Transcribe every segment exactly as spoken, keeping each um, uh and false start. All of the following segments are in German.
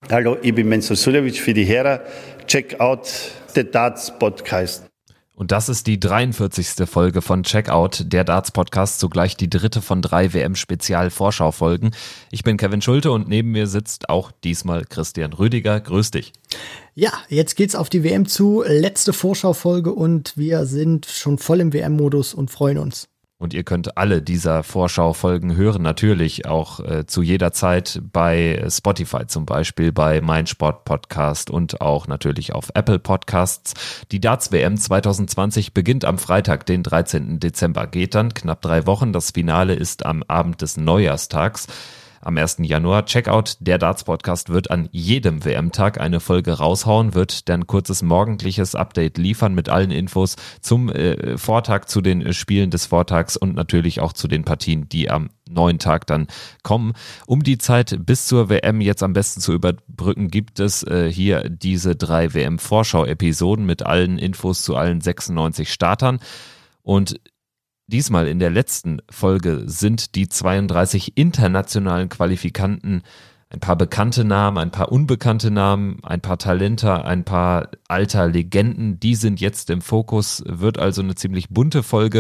Hallo, ich bin Menzo Suljovic für die Hörer. Check out the Darts Podcast. Und das ist die dreiundvierzigste Folge von Checkout, der Darts-Podcast, zugleich die dritte von drei W M-Spezial-Vorschau-Folgen. Ich bin Kevin Schulte und neben mir sitzt auch diesmal Christian Rüdiger. Grüß dich. Ja, jetzt geht's auf die W M zu, letzte Vorschau-Folge und wir sind schon voll im W M-Modus und freuen uns. Und ihr könnt alle dieser Vorschau-Folgen hören, natürlich auch äh, zu jeder Zeit bei Spotify zum Beispiel, bei meinsport Podcast und auch natürlich auf Apple Podcasts. Die Darts-W M zwanzig zwanzig beginnt am Freitag, den dreizehnten Dezember, geht dann knapp drei Wochen. Das Finale ist am Abend des Neujahrstags. Am ersten Januar. Checkout, der Darts-Podcast wird an jedem W M-Tag eine Folge raushauen, wird dann kurzes morgendliches Update liefern mit allen Infos zum äh, Vortag, zu den äh, Spielen des Vortags und natürlich auch zu den Partien, die am neuen Tag dann kommen. Um die Zeit bis zur W M jetzt am besten zu überbrücken, gibt es äh, hier diese drei W M-Vorschau-Episoden mit allen Infos zu allen sechsundneunzig Startern. Und diesmal in der letzten Folge sind die zweiunddreißig internationalen Qualifikanten ein paar bekannte Namen, ein paar unbekannte Namen, ein paar Talente, ein paar alter Legenden. Die sind jetzt im Fokus, wird also eine ziemlich bunte Folge.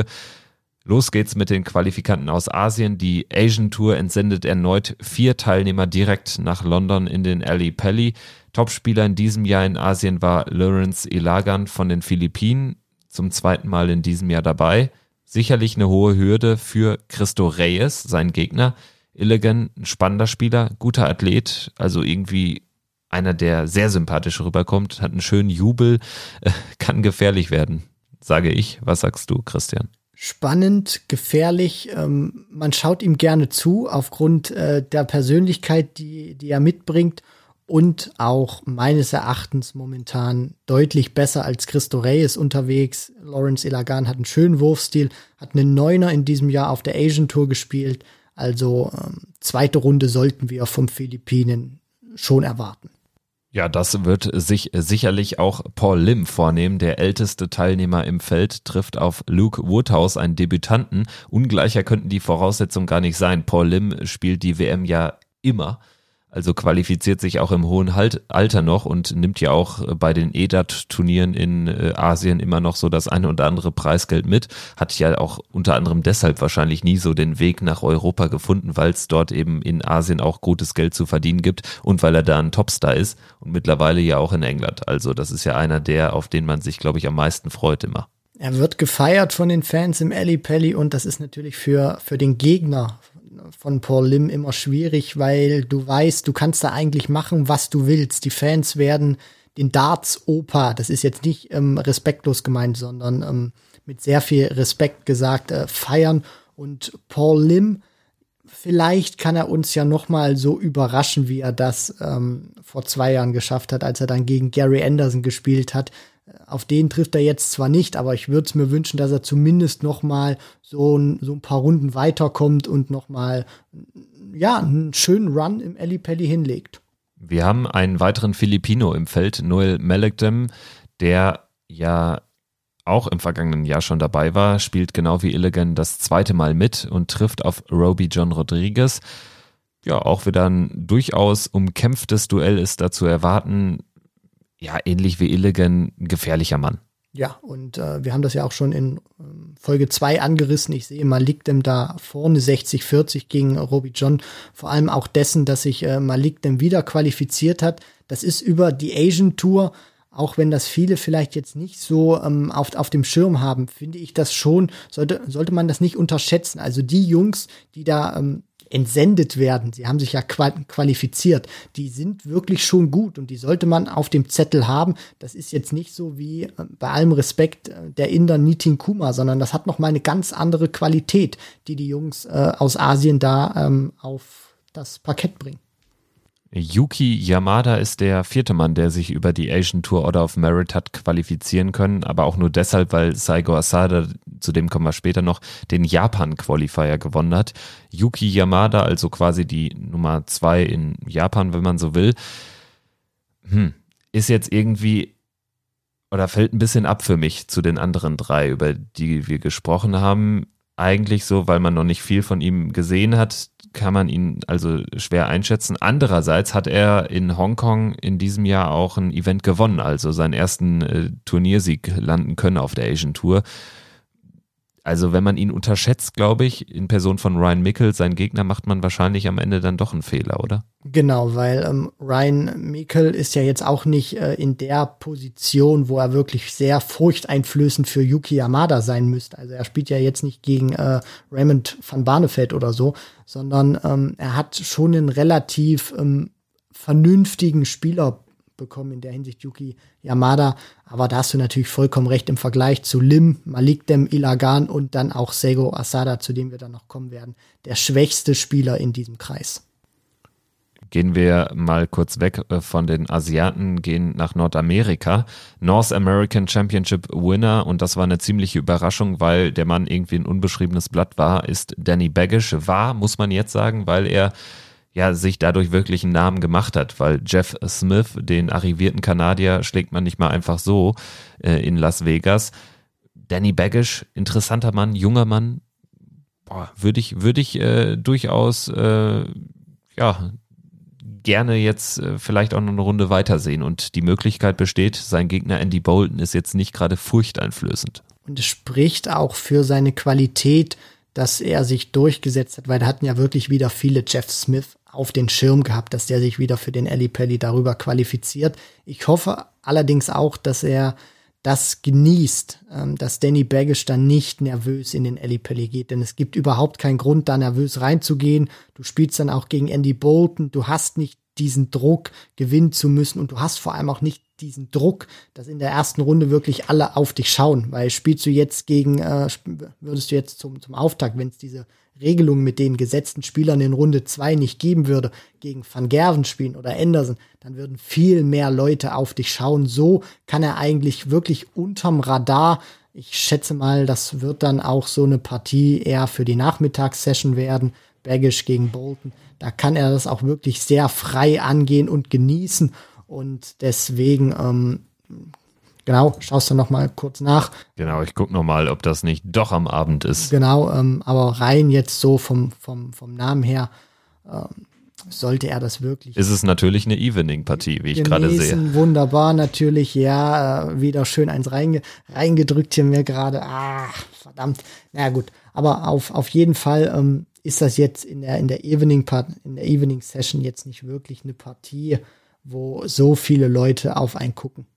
Los geht's mit den Qualifikanten aus Asien. Die Asian Tour entsendet erneut vier Teilnehmer direkt nach London in den Ali Pali. Topspieler in diesem Jahr in Asien war Lawrence Ilagan von den Philippinen, zum zweiten Mal in diesem Jahr dabei. Sicherlich eine hohe Hürde für Cristo Reyes, sein Gegner. Ilagan, ein spannender Spieler, guter Athlet, also irgendwie einer, der sehr sympathisch rüberkommt, hat einen schönen Jubel, äh, kann gefährlich werden, sage ich. Was sagst du, Christian? Spannend, gefährlich, ähm, man schaut ihm gerne zu, aufgrund äh, der Persönlichkeit, die, die er mitbringt. Und auch meines Erachtens momentan deutlich besser als Cristo Reyes unterwegs. Lawrence Ilagan hat einen schönen Wurfstil, hat einen Neuner in diesem Jahr auf der Asian Tour gespielt. Also ähm, zweite Runde sollten wir vom Philippinen schon erwarten. Ja, das wird sich sicherlich auch Paul Lim vornehmen. Der älteste Teilnehmer im Feld trifft auf Luke Woodhouse, einen Debütanten. Ungleicher könnten die Voraussetzungen gar nicht sein. Paul Lim spielt die W M ja immer. Also qualifiziert sich auch im hohen Alter noch und nimmt ja auch bei den E D A T-Turnieren in Asien immer noch so das eine oder andere Preisgeld mit. Hat ja auch unter anderem deshalb wahrscheinlich nie so den Weg nach Europa gefunden, weil es dort eben in Asien auch gutes Geld zu verdienen gibt und weil er da ein Topstar ist und mittlerweile ja auch in England. Also das ist ja einer der, auf den man sich, glaube ich, am meisten freut immer. Er wird gefeiert von den Fans im Ali Pali und das ist natürlich für, für den Gegner von Paul Lim immer schwierig, weil du weißt, du kannst da eigentlich machen, was du willst. Die Fans werden den Darts-Opa, das ist jetzt nicht ähm, respektlos gemeint, sondern ähm, mit sehr viel Respekt gesagt, äh, feiern. Und Paul Lim, vielleicht kann er uns ja noch mal so überraschen, wie er das ähm, vor zwei Jahren geschafft hat, als er dann gegen Gary Anderson gespielt hat. Auf den trifft er jetzt zwar nicht, aber ich würde es mir wünschen, dass er zumindest noch mal so ein, so ein paar Runden weiterkommt und noch mal ja, einen schönen Run im Ali Pali hinlegt. Wir haben einen weiteren Filipino im Feld, Noel Melekdem, der ja auch im vergangenen Jahr schon dabei war, spielt genau wie Ilagan das zweite Mal mit und trifft auf Roby John Rodriguez. Ja, auch wieder ein durchaus umkämpftes Duell ist da zu erwarten. Ja, ähnlich wie Ilagan, ein gefährlicher Mann. Ja, und äh, wir haben das ja auch schon in ähm, Folge zwei angerissen. Ich sehe Malik Dem da vorne sechzig vierzig gegen Roby John. Vor allem auch dessen, dass sich äh, Malik Dem wieder qualifiziert hat. Das ist über die Asian Tour, auch wenn das viele vielleicht jetzt nicht so ähm, auf, auf dem Schirm haben, finde ich das schon, sollte, sollte man das nicht unterschätzen. Also die Jungs, die da ähm, entsendet werden, sie haben sich ja qualifiziert, die sind wirklich schon gut und die sollte man auf dem Zettel haben. Das ist jetzt nicht so wie, bei allem Respekt, der Inder Nitin Kumar, sondern das hat noch mal eine ganz andere Qualität, die die Jungs äh, aus Asien da ähm, auf das Parkett bringen. Yuki Yamada ist der vierte Mann, der sich über die Asian Tour Order of Merit hat qualifizieren können, aber auch nur deshalb, weil Saigo Asada, zu dem kommen wir später noch, den Japan-Qualifier gewonnen hat. Yuki Yamada, also quasi die Nummer zwei in Japan, wenn man so will, hm, ist jetzt irgendwie oder fällt ein bisschen ab für mich zu den anderen drei, über die wir gesprochen haben. eigentlich so, weil man noch nicht viel von ihm gesehen hat, kann man ihn also schwer einschätzen. Andererseits hat er in Hongkong in diesem Jahr auch ein Event gewonnen, also seinen ersten äh, Turniersieg landen können auf der Asian Tour. Also wenn man ihn unterschätzt, glaube ich, in Person von Ryan Mickle, seinen Gegner, macht man wahrscheinlich am Ende dann doch einen Fehler, oder? Genau, weil ähm, Ryan Mickle ist ja jetzt auch nicht äh, in der Position, wo er wirklich sehr furchteinflößend für Yuki Yamada sein müsste. Also er spielt ja jetzt nicht gegen äh, Raymond van Barneveld oder so, sondern ähm, er hat schon einen relativ ähm, vernünftigen Spieler bekommen in der Hinsicht, Yuki Yamada, aber da hast du natürlich vollkommen recht im Vergleich zu Lim, Malikdem, Ilagan und dann auch Seigo Asada, zu dem wir dann noch kommen werden, der schwächste Spieler in diesem Kreis. Gehen wir mal kurz weg von den Asiaten, gehen nach Nordamerika. North American Championship Winner, und das war eine ziemliche Überraschung, weil der Mann irgendwie ein unbeschriebenes Blatt war, ist Danny Baggish. War, muss man jetzt sagen, weil er ja sich dadurch wirklich einen Namen gemacht hat, weil Jeff Smith, den arrivierten Kanadier, schlägt man nicht mal einfach so äh, in Las Vegas. Danny Baggish, interessanter Mann, junger Mann, boah, würde ich, würde ich äh, durchaus äh, ja gerne jetzt äh, vielleicht auch noch eine Runde weitersehen, und die Möglichkeit besteht, sein Gegner Andy Bolton ist jetzt nicht gerade furchteinflößend. Und es spricht auch für seine Qualität, dass er sich durchgesetzt hat, weil da hatten ja wirklich wieder viele Jeff Smith auf den Schirm gehabt, dass der sich wieder für den Ali Pelli darüber qualifiziert. Ich hoffe allerdings auch, dass er das genießt, ähm, dass Danny Baggish dann nicht nervös in den Ali Pelli geht, denn es gibt überhaupt keinen Grund, da nervös reinzugehen. Du spielst dann auch gegen Andy Bolton, du hast nicht diesen Druck, gewinnen zu müssen, und du hast vor allem auch nicht diesen Druck, dass in der ersten Runde wirklich alle auf dich schauen, weil spielst du jetzt gegen, äh, würdest du jetzt zum, zum Auftakt, wenn es diese Regelung mit den gesetzten Spielern in Runde zwei nicht geben würde, gegen Van Gerven spielen oder Anderson, dann würden viel mehr Leute auf dich schauen. So kann er eigentlich wirklich unterm Radar, ich schätze mal, das wird dann auch so eine Partie eher für die Nachmittagssession werden, Baggish gegen Bolton, da kann er das auch wirklich sehr frei angehen und genießen, und deswegen, ähm, genau, schaust du noch mal kurz nach. Genau, ich gucke noch mal, ob das nicht doch am Abend ist. Genau, ähm, aber rein jetzt so vom, vom, vom Namen her ähm, sollte er das wirklich. Ist es natürlich eine Evening-Partie, wie ich gerade sehe. Wunderbar, natürlich, ja, äh, wieder schön eins reinge reingedrückt hier mir gerade. Ah, verdammt. Na naja, gut, aber auf, auf jeden Fall ähm, ist das jetzt in der, in der Evening-Part, in der Evening-Session jetzt nicht wirklich eine Partie, wo so viele Leute auf einen gucken.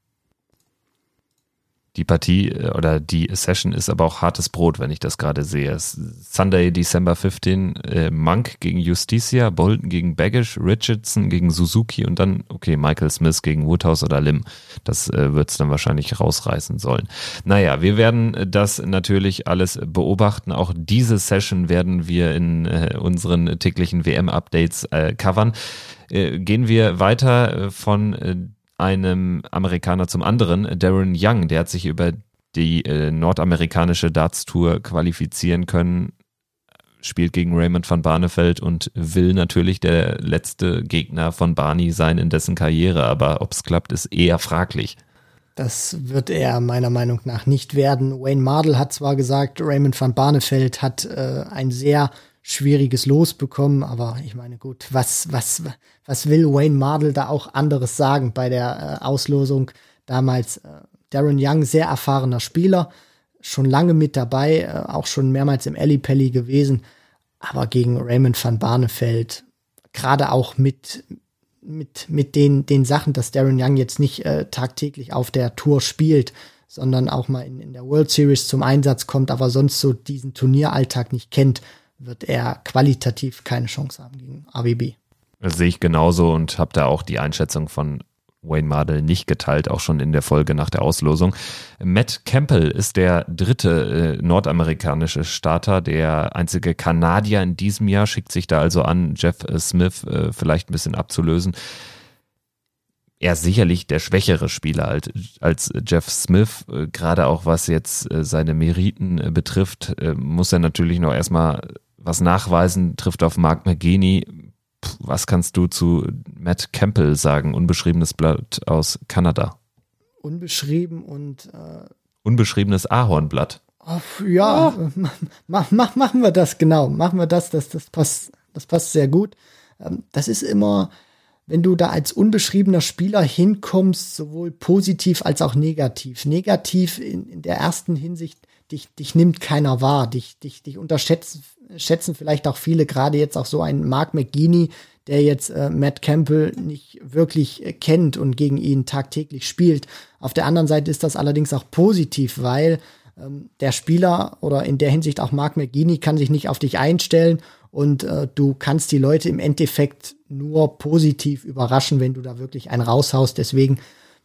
Die Partie oder die Session ist aber auch hartes Brot, wenn ich das gerade sehe. Sunday, December fifteenth, äh, Monk gegen Justicia, Bolton gegen Baggish, Richardson gegen Suzuki und dann, okay, Michael Smith gegen Woodhouse oder Lim. Das äh, wird es dann wahrscheinlich rausreißen sollen. Naja, wir werden das natürlich alles beobachten. Auch diese Session werden wir in äh, unseren täglichen W M-Updates äh, covern. Äh, gehen wir weiter von äh, einem Amerikaner zum anderen, Darren Young, der hat sich über die äh, nordamerikanische Darts-Tour qualifizieren können, spielt gegen Raymond van Barneveld und will natürlich der letzte Gegner von Barney sein in dessen Karriere, aber ob es klappt, ist eher fraglich. Das wird er meiner Meinung nach nicht werden. Wayne Mardle hat zwar gesagt, Raymond van Barneveld hat äh, ein sehr schwieriges Los bekommen, aber ich meine, gut, was, was, was will Wayne Mardle da auch anderes sagen bei der äh, Auslosung? Damals äh, Darren Young, sehr erfahrener Spieler, schon lange mit dabei, äh, auch schon mehrmals im Ali Pelli gewesen, aber gegen Raymond van Barneveld, gerade auch mit, mit, mit den, den Sachen, dass Darren Young jetzt nicht äh, tagtäglich auf der Tour spielt, sondern auch mal in, in der World Series zum Einsatz kommt, aber sonst so diesen Turnieralltag nicht kennt, wird er qualitativ keine Chance haben gegen A B B. Das sehe ich genauso und habe da auch die Einschätzung von Wayne Mardle nicht geteilt, auch schon in der Folge nach der Auslosung. Matt Campbell ist der dritte äh, nordamerikanische Starter, der einzige Kanadier in diesem Jahr, schickt sich da also an, Jeff äh, Smith äh, vielleicht ein bisschen abzulösen. Er ist sicherlich der schwächere Spieler als, als Jeff Smith, äh, gerade auch was jetzt äh, seine Meriten äh, betrifft, äh, muss er natürlich noch erstmal was nachweisen, trifft auf Mark McGeaney. Puh, was kannst du zu Matt Campbell sagen, unbeschriebenes Blatt aus Kanada? Unbeschrieben und äh, Unbeschriebenes Ahornblatt. Oh, ja, oh. Mach, mach, machen wir das, genau. Machen wir das, das, das passt, das passt sehr gut. Das ist immer, wenn du da als unbeschriebener Spieler hinkommst, sowohl positiv als auch negativ. Negativ in, in der ersten Hinsicht, dich, dich nimmt keiner wahr. Dich, dich, dich unterschätzen schätzen vielleicht auch viele, gerade jetzt auch so ein Mark McGeaney, der jetzt äh, Matt Campbell nicht wirklich äh, kennt und gegen ihn tagtäglich spielt. Auf der anderen Seite ist das allerdings auch positiv, weil ähm, der Spieler oder in der Hinsicht auch Mark McGeaney kann sich nicht auf dich einstellen und äh, du kannst die Leute im Endeffekt nur positiv überraschen, wenn du da wirklich einen raushaust. Deswegen,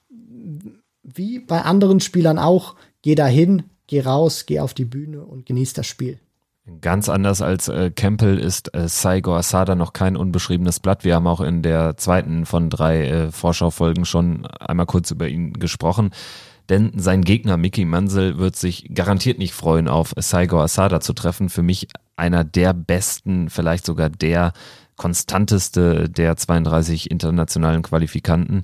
wie bei anderen Spielern auch, geh da hin, geh raus, geh auf die Bühne und genieß das Spiel. Ganz anders als äh, Campbell ist äh, Saigo Asada noch kein unbeschriebenes Blatt. Wir haben auch in der zweiten von drei äh, Vorschaufolgen schon einmal kurz über ihn gesprochen. Denn sein Gegner Mickey Mansell wird sich garantiert nicht freuen, auf Saigo Asada zu treffen. Für mich einer der besten, vielleicht sogar der konstanteste der zweiunddreißig internationalen Qualifikanten.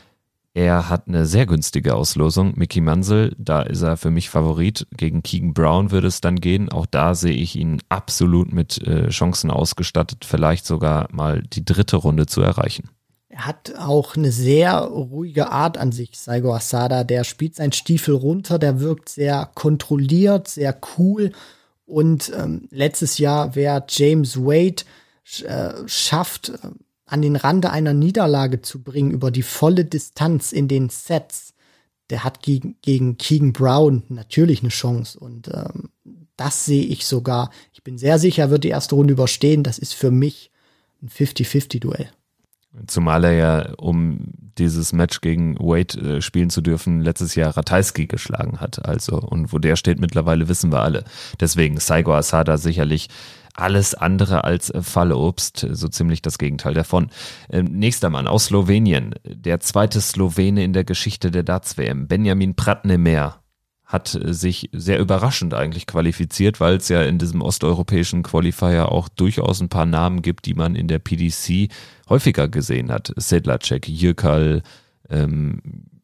Er hat eine sehr günstige Auslosung. Mickey Mansell, da ist er für mich Favorit. Gegen Keegan Brown würde es dann gehen. Auch da sehe ich ihn absolut mit äh, Chancen ausgestattet, vielleicht sogar mal die dritte Runde zu erreichen. Er hat auch eine sehr ruhige Art an sich, Saigo Asada. Der spielt seinen Stiefel runter, der wirkt sehr kontrolliert, sehr cool. Und ähm, letztes Jahr, wer James Wade äh, schafft, äh, an den Rande einer Niederlage zu bringen über die volle Distanz in den Sets, der hat gegen, gegen Keegan Brown natürlich eine Chance. Und ähm, das sehe ich sogar. Ich bin sehr sicher, er wird die erste Runde überstehen. Das ist für mich ein fünfzig fünfzig Duell. Zumal er ja, um dieses Match gegen Wade äh, spielen zu dürfen, letztes Jahr Ratajski geschlagen hat. Also, und wo der steht mittlerweile, wissen wir alle. Deswegen Saigo Asada sicherlich alles andere als Fallobst, so ziemlich das Gegenteil davon. Ähm, nächster Mann aus Slowenien, der zweite Slowene in der Geschichte der Darts-W M, Benjamin Pratnemer, hat sich sehr überraschend eigentlich qualifiziert, weil es ja in diesem osteuropäischen Qualifier auch durchaus ein paar Namen gibt, die man in der P D C häufiger gesehen hat. Sedlacek, Jürkal, ähm,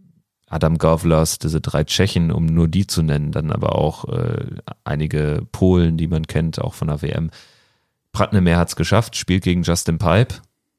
Adam Gavlas, diese drei Tschechen, um nur die zu nennen, dann aber auch äh, einige Polen, die man kennt, auch von der W M. Pratnemer hat es geschafft, spielt gegen Justin Pipe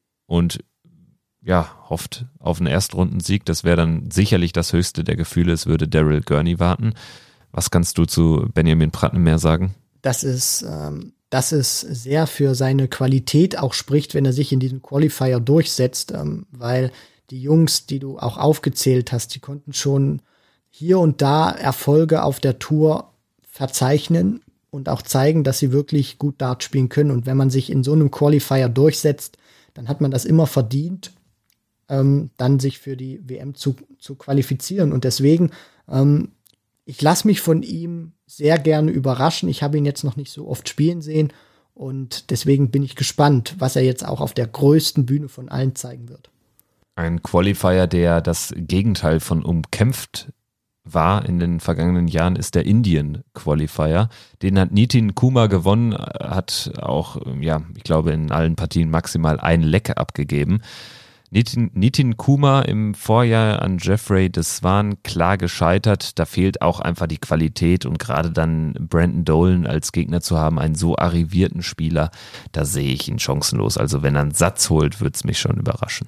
und ja, hofft auf einen Erstrundensieg. Das wäre dann sicherlich das höchste der Gefühle. Es würde Daryl Gurney warten. Was kannst du zu Benjamin Pratnemer sagen? Das ist, ähm, dass es sehr für seine Qualität auch spricht, wenn er sich in diesem Qualifier durchsetzt, ähm, weil die Jungs, die du auch aufgezählt hast, die konnten schon hier und da Erfolge auf der Tour verzeichnen und auch zeigen, dass sie wirklich gut Dart spielen können. Und wenn man sich in so einem Qualifier durchsetzt, dann hat man das immer verdient, ähm, dann sich für die W M zu, zu qualifizieren. Und deswegen, ähm, ich lasse mich von ihm sehr gerne überraschen. Ich habe ihn jetzt noch nicht so oft spielen sehen und deswegen bin ich gespannt, was er jetzt auch auf der größten Bühne von allen zeigen wird. Ein Qualifier, der das Gegenteil von umkämpft war in den vergangenen Jahren, ist der Indien-Qualifier. Den hat Nitin Kumar gewonnen, hat auch, ja, ich glaube, in allen Partien maximal ein Leck abgegeben. Nitin, Nitin Kumar im Vorjahr an Jeffrey Deswan klar gescheitert. Da fehlt auch einfach die Qualität und gerade dann Brandon Dolan als Gegner zu haben, einen so arrivierten Spieler, da sehe ich ihn chancenlos. Also wenn er einen Satz holt, würde es mich schon überraschen.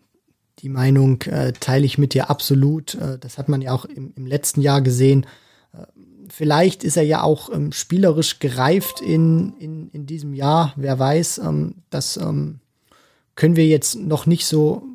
Die Meinung äh, teile ich mit dir absolut. Äh, das hat man ja auch im, im letzten Jahr gesehen. Äh, vielleicht ist er ja auch ähm, spielerisch gereift in, in, in diesem Jahr. Wer weiß, ähm, das ähm, können wir jetzt noch nicht so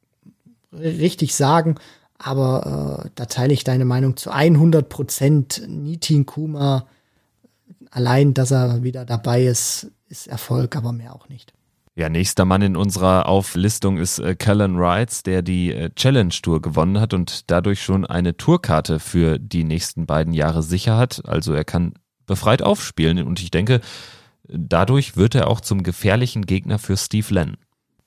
richtig sagen. Aber äh, da teile ich deine Meinung zu hundert Prozent. Nitin Kumar, allein, dass er wieder dabei ist, ist Erfolg, aber mehr auch nicht. Ja, nächster Mann in unserer Auflistung ist äh, Callan Wrights, der die äh, Challenge Tour gewonnen hat und dadurch schon eine Tourkarte für die nächsten beiden Jahre sicher hat. Also er kann befreit aufspielen und ich denke, dadurch wird er auch zum gefährlichen Gegner für Steve Lennon.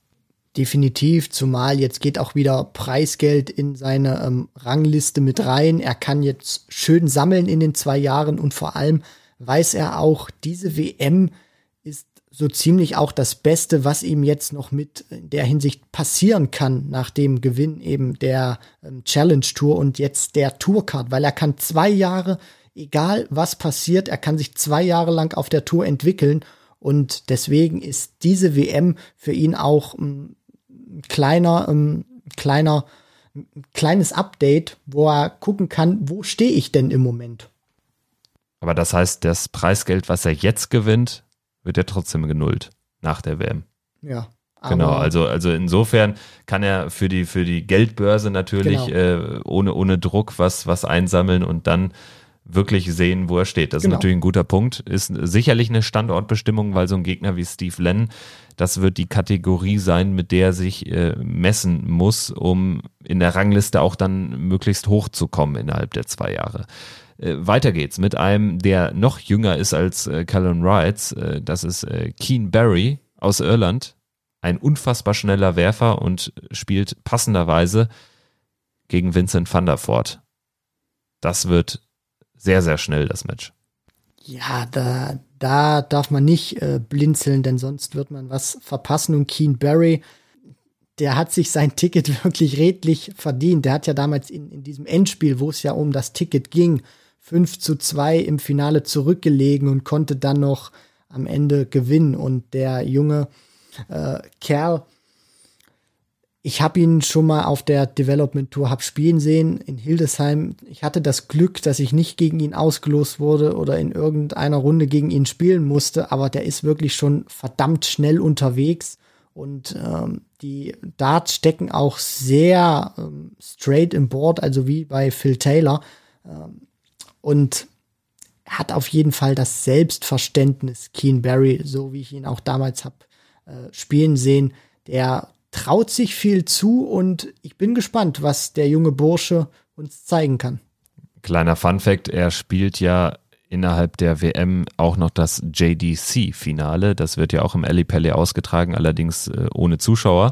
Definitiv, zumal jetzt geht auch wieder Preisgeld in seine ähm, Rangliste mit rein. Er kann jetzt schön sammeln in den zwei Jahren und vor allem weiß er auch, diese W M ist so ziemlich auch das Beste, was ihm jetzt noch mit in der Hinsicht passieren kann nach dem Gewinn eben der ähm, Challenge Tour und jetzt der Tourcard, weil er kann zwei Jahre egal was passiert, er kann sich zwei Jahre lang auf der Tour entwickeln und deswegen ist diese W M für ihn auch ein kleiner, ein kleiner, ein kleines Update, wo er gucken kann, wo stehe ich denn im Moment. Aber das heißt, das Preisgeld, was er jetzt gewinnt, wird er trotzdem genullt nach der W M. Ja. Genau, also, also insofern kann er für die, für die Geldbörse natürlich genau. äh, ohne, ohne Druck was, was einsammeln und dann wirklich sehen, wo er steht. Das genau. ist natürlich ein guter Punkt. Ist sicherlich eine Standortbestimmung, weil so ein Gegner wie Steve Lenn, das wird die Kategorie sein, mit der er sich äh, messen muss, um in der Rangliste auch dann möglichst hoch zu kommen innerhalb der zwei Jahre. Äh, weiter geht's mit einem, der noch jünger ist als äh, Callum Wrights. Äh, das ist äh, Keane Barry aus Irland. Ein unfassbar schneller Werfer und spielt passenderweise gegen Vincent van der Voort. Das wird sehr, sehr schnell, das Match. Ja, da, da darf man nicht äh, blinzeln, denn sonst wird man was verpassen. Und Keane Barry, der hat sich sein Ticket wirklich redlich verdient. Der hat ja damals in, in diesem Endspiel, wo es ja um das Ticket ging, fünf zu zwei im Finale zurückgelegen und konnte dann noch am Ende gewinnen. Und der junge Äh, Kerl, ich habe ihn schon mal auf der Development Tour hab spielen sehen in Hildesheim. Ich hatte das Glück, dass ich nicht gegen ihn ausgelost wurde oder in irgendeiner Runde gegen ihn spielen musste, aber der ist wirklich schon verdammt schnell unterwegs und ähm, die Darts stecken auch sehr ähm, straight im Board, also wie bei Phil Taylor, ähm, und er hat auf jeden Fall das Selbstverständnis, Keane Barry, so wie ich ihn auch damals habe spielen sehen. Der traut sich viel zu und ich bin gespannt, was der junge Bursche uns zeigen kann. Kleiner Funfact, er spielt ja innerhalb der W M auch noch das J D C-Finale. Das wird ja auch im Ally Pally ausgetragen, allerdings äh, ohne Zuschauer.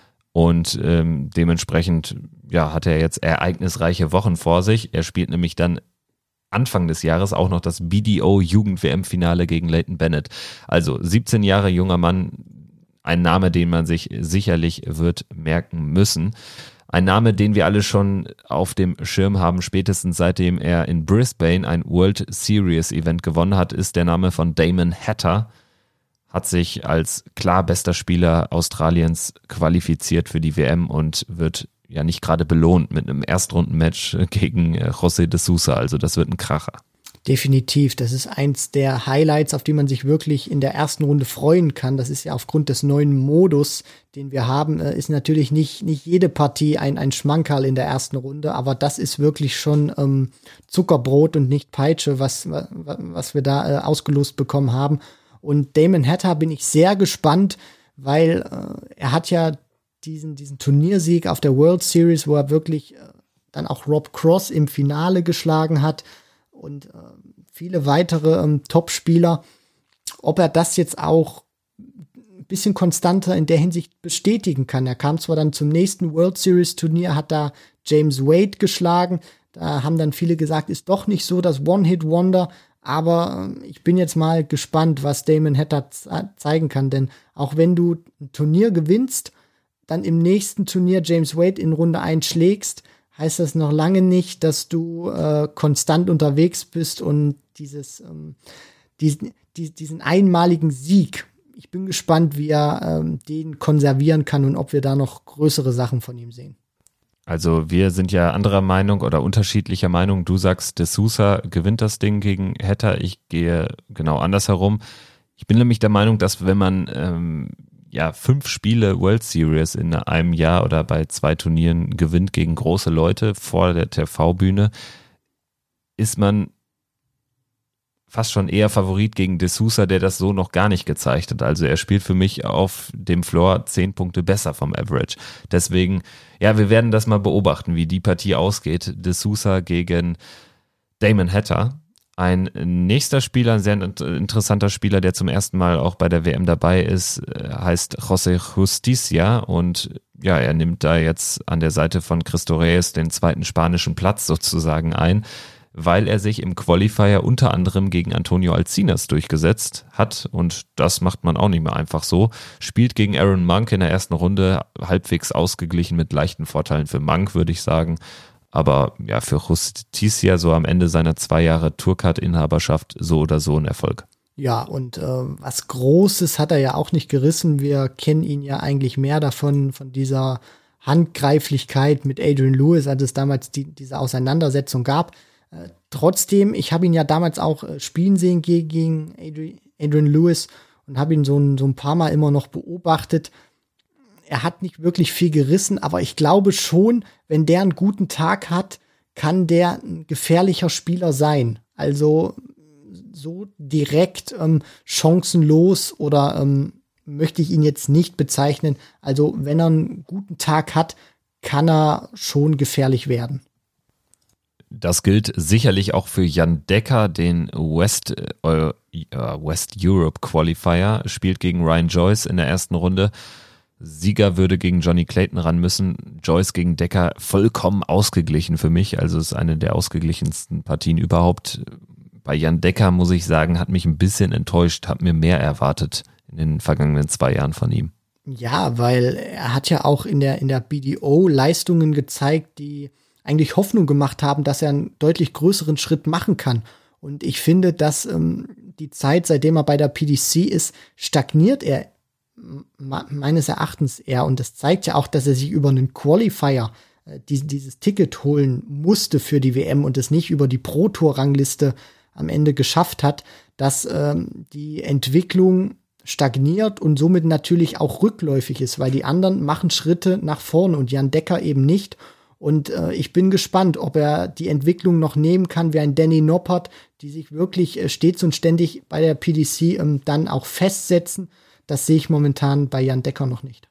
Und ähm, dementsprechend ja, hat er jetzt ereignisreiche Wochen vor sich. Er spielt nämlich dann Anfang des Jahres auch noch das B D O-Jugend-W M-Finale gegen Leighton Bennett. Also siebzehn Jahre junger Mann, ein Name, den man sich sicherlich wird merken müssen. Ein Name, den wir alle schon auf dem Schirm haben, spätestens seitdem er in Brisbane ein World Series Event gewonnen hat, ist der Name von Damon Hatter. Hat sich als klar bester Spieler Australiens qualifiziert für die W M und wird ja nicht gerade belohnt mit einem Erstrundenmatch gegen José de Sousa. Also das wird ein Kracher. Definitiv. Das ist eins der Highlights, auf die man sich wirklich in der ersten Runde freuen kann. Das ist ja aufgrund des neuen Modus, den wir haben, ist natürlich nicht, nicht jede Partie ein, ein Schmankerl in der ersten Runde, aber das ist wirklich schon ähm, Zuckerbrot und nicht Peitsche, was, was wir da äh, ausgelost bekommen haben. Und Damon Hatter bin ich sehr gespannt, weil äh, er hat ja diesen, diesen Turniersieg auf der World Series, wo er wirklich äh, dann auch Rob Cross im Finale geschlagen hat und äh, viele weitere ähm, Top-Spieler. Ob er das jetzt auch ein bisschen konstanter in der Hinsicht bestätigen kann. Er kam zwar dann zum nächsten World Series Turnier, hat da James Wade geschlagen. Da haben dann viele gesagt, ist doch nicht so das One-Hit-Wonder. Aber äh, ich bin jetzt mal gespannt, was Damon Hatter ze- zeigen kann. Denn auch wenn du ein Turnier gewinnst, dann im nächsten Turnier James Wade in Runde eins schlägst, heißt das noch lange nicht, dass du äh, konstant unterwegs bist und dieses, ähm, diesen, die, diesen einmaligen Sieg, ich bin gespannt, wie er ähm, den konservieren kann und ob wir da noch größere Sachen von ihm sehen. Also wir sind ja anderer Meinung oder unterschiedlicher Meinung. Du sagst, de Sousa gewinnt das Ding gegen Hatter. Ich gehe genau andersherum. Ich bin nämlich der Meinung, dass wenn man ähm, ja fünf Spiele World Series in einem Jahr oder bei zwei Turnieren gewinnt gegen große Leute vor der T V-Bühne, ist man fast schon eher Favorit gegen de Sousa, der das so noch gar nicht gezeigt hat. Also er spielt für mich auf dem Floor zehn Punkte besser vom Average. Deswegen, ja, wir werden das mal beobachten, wie die Partie ausgeht. De Sousa gegen Damon Hatter. Ein nächster Spieler, ein sehr interessanter Spieler, der zum ersten Mal auch bei der W M dabei ist, heißt José Justicia und ja, er nimmt da jetzt an der Seite von Cristo Reyes den zweiten spanischen Platz sozusagen ein, weil er sich im Qualifier unter anderem gegen Antonio Alcinas durchgesetzt hat und das macht man auch nicht mehr einfach so. Spielt gegen Aaron Monk in der ersten Runde halbwegs ausgeglichen mit leichten Vorteilen für Monk, würde ich sagen. Aber ja, für Justicia so am Ende seiner zwei Jahre Tourcard-Inhaberschaft so oder so ein Erfolg. Ja, und äh, was Großes hat er ja auch nicht gerissen. Wir kennen ihn ja eigentlich mehr davon, von dieser Handgreiflichkeit mit Adrian Lewis, als es damals die, diese Auseinandersetzung gab. Äh, trotzdem, ich habe ihn ja damals auch äh, spielen sehen gegen Adrian, Adrian Lewis und habe ihn so ein, so ein paar Mal immer noch beobachtet. Er hat nicht wirklich viel gerissen, aber ich glaube schon, wenn der einen guten Tag hat, kann der ein gefährlicher Spieler sein. Also so direkt ähm, chancenlos oder ähm, möchte ich ihn jetzt nicht bezeichnen. Also wenn er einen guten Tag hat, kann er schon gefährlich werden. Das gilt sicherlich auch für Jan Decker, den West, äh, West Europe Qualifier, spielt gegen Ryan Joyce in der ersten Runde. Sieger würde gegen Johnny Clayton ran müssen. Joyce gegen Decker vollkommen ausgeglichen für mich. Also ist eine der ausgeglichensten Partien überhaupt. Bei Jan Decker, muss ich sagen, hat mich ein bisschen enttäuscht, habe mir mehr erwartet in den vergangenen zwei Jahren von ihm. Ja, weil er hat ja auch in der, in der B D O Leistungen gezeigt, die eigentlich Hoffnung gemacht haben, dass er einen deutlich größeren Schritt machen kann. Und ich finde, dass ähm, die Zeit, seitdem er bei der P D C ist, stagniert er me- meines Erachtens eher. Und das zeigt ja auch, dass er sich über einen Qualifier äh, die, dieses Ticket holen musste für die W M und es nicht über die Pro-Tour-Rangliste am Ende geschafft hat, dass ähm, die Entwicklung stagniert und somit natürlich auch rückläufig ist, weil die anderen machen Schritte nach vorne und Jan Decker eben nicht. Und äh, ich bin gespannt, ob er die Entwicklung noch nehmen kann, wie ein Danny Noppert, die sich wirklich äh, stets und ständig bei der P D C ähm, dann auch festsetzen. Das sehe ich momentan bei Jan Decker noch nicht.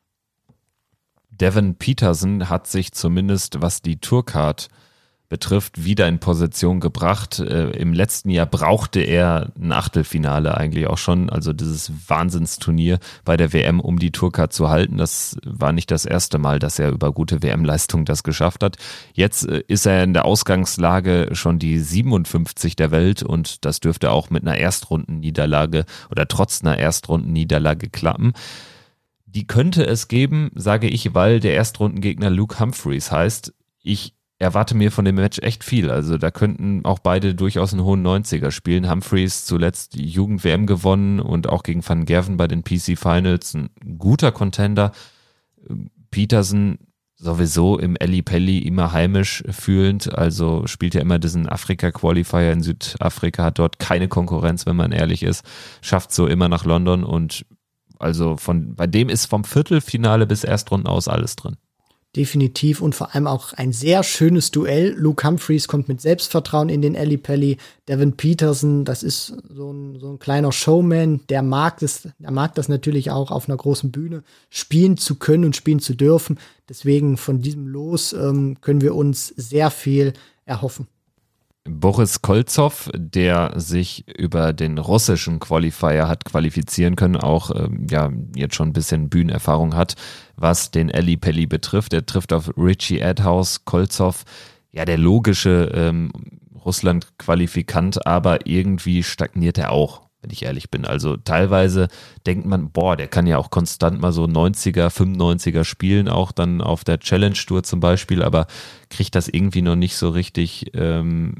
Devin Peterson hat sich zumindest, was die Tourcard betrifft, wieder in Position gebracht. Äh, Im letzten Jahr brauchte er ein Achtelfinale eigentlich auch schon, also dieses Wahnsinnsturnier bei der W M, um die Tourcard zu halten. Das war nicht das erste Mal, dass er über gute W M-Leistung das geschafft hat. Jetzt äh, ist er in der Ausgangslage schon die siebenundfünfzig der Welt und das dürfte auch mit einer Erstrundenniederlage oder trotz einer Erstrundenniederlage klappen. Die könnte es geben, sage ich, weil der Erstrundengegner Luke Humphreys heißt. Ich erwarte mir von dem Match echt viel. Also da könnten auch beide durchaus einen hohen neunziger spielen. Humphreys zuletzt die Jugend-W M gewonnen und auch gegen Van Gerven bei den P C Finals. Ein guter Contender. Peterson sowieso im Eli Pelli immer heimisch fühlend. Also spielt ja immer diesen Afrika-Qualifier in Südafrika, hat dort keine Konkurrenz, wenn man ehrlich ist. Schafft so immer nach London und also von bei dem ist vom Viertelfinale bis Erstrunden aus alles drin. Definitiv und vor allem auch ein sehr schönes Duell. Luke Humphreys kommt mit Selbstvertrauen in den Eli Pelli. Devin Peterson, das ist so ein, so ein kleiner Showman, der mag das, der mag das natürlich auch auf einer großen Bühne spielen zu können und spielen zu dürfen. Deswegen von diesem Los ähm, können wir uns sehr viel erhoffen. Boris Kolzow, der sich über den russischen Qualifier hat qualifizieren können, auch ähm, ja jetzt schon ein bisschen Bühnenerfahrung hat, was den Eli Pelli betrifft. Er trifft auf Richie Adhouse. Kolzow, ja der logische ähm, Russland-Qualifikant, aber irgendwie stagniert er auch, wenn ich ehrlich bin. Also teilweise denkt man, boah, der kann ja auch konstant mal so neunziger, fünfundneunziger spielen, auch dann auf der Challenge Tour zum Beispiel, aber kriegt das irgendwie noch nicht so richtig ähm,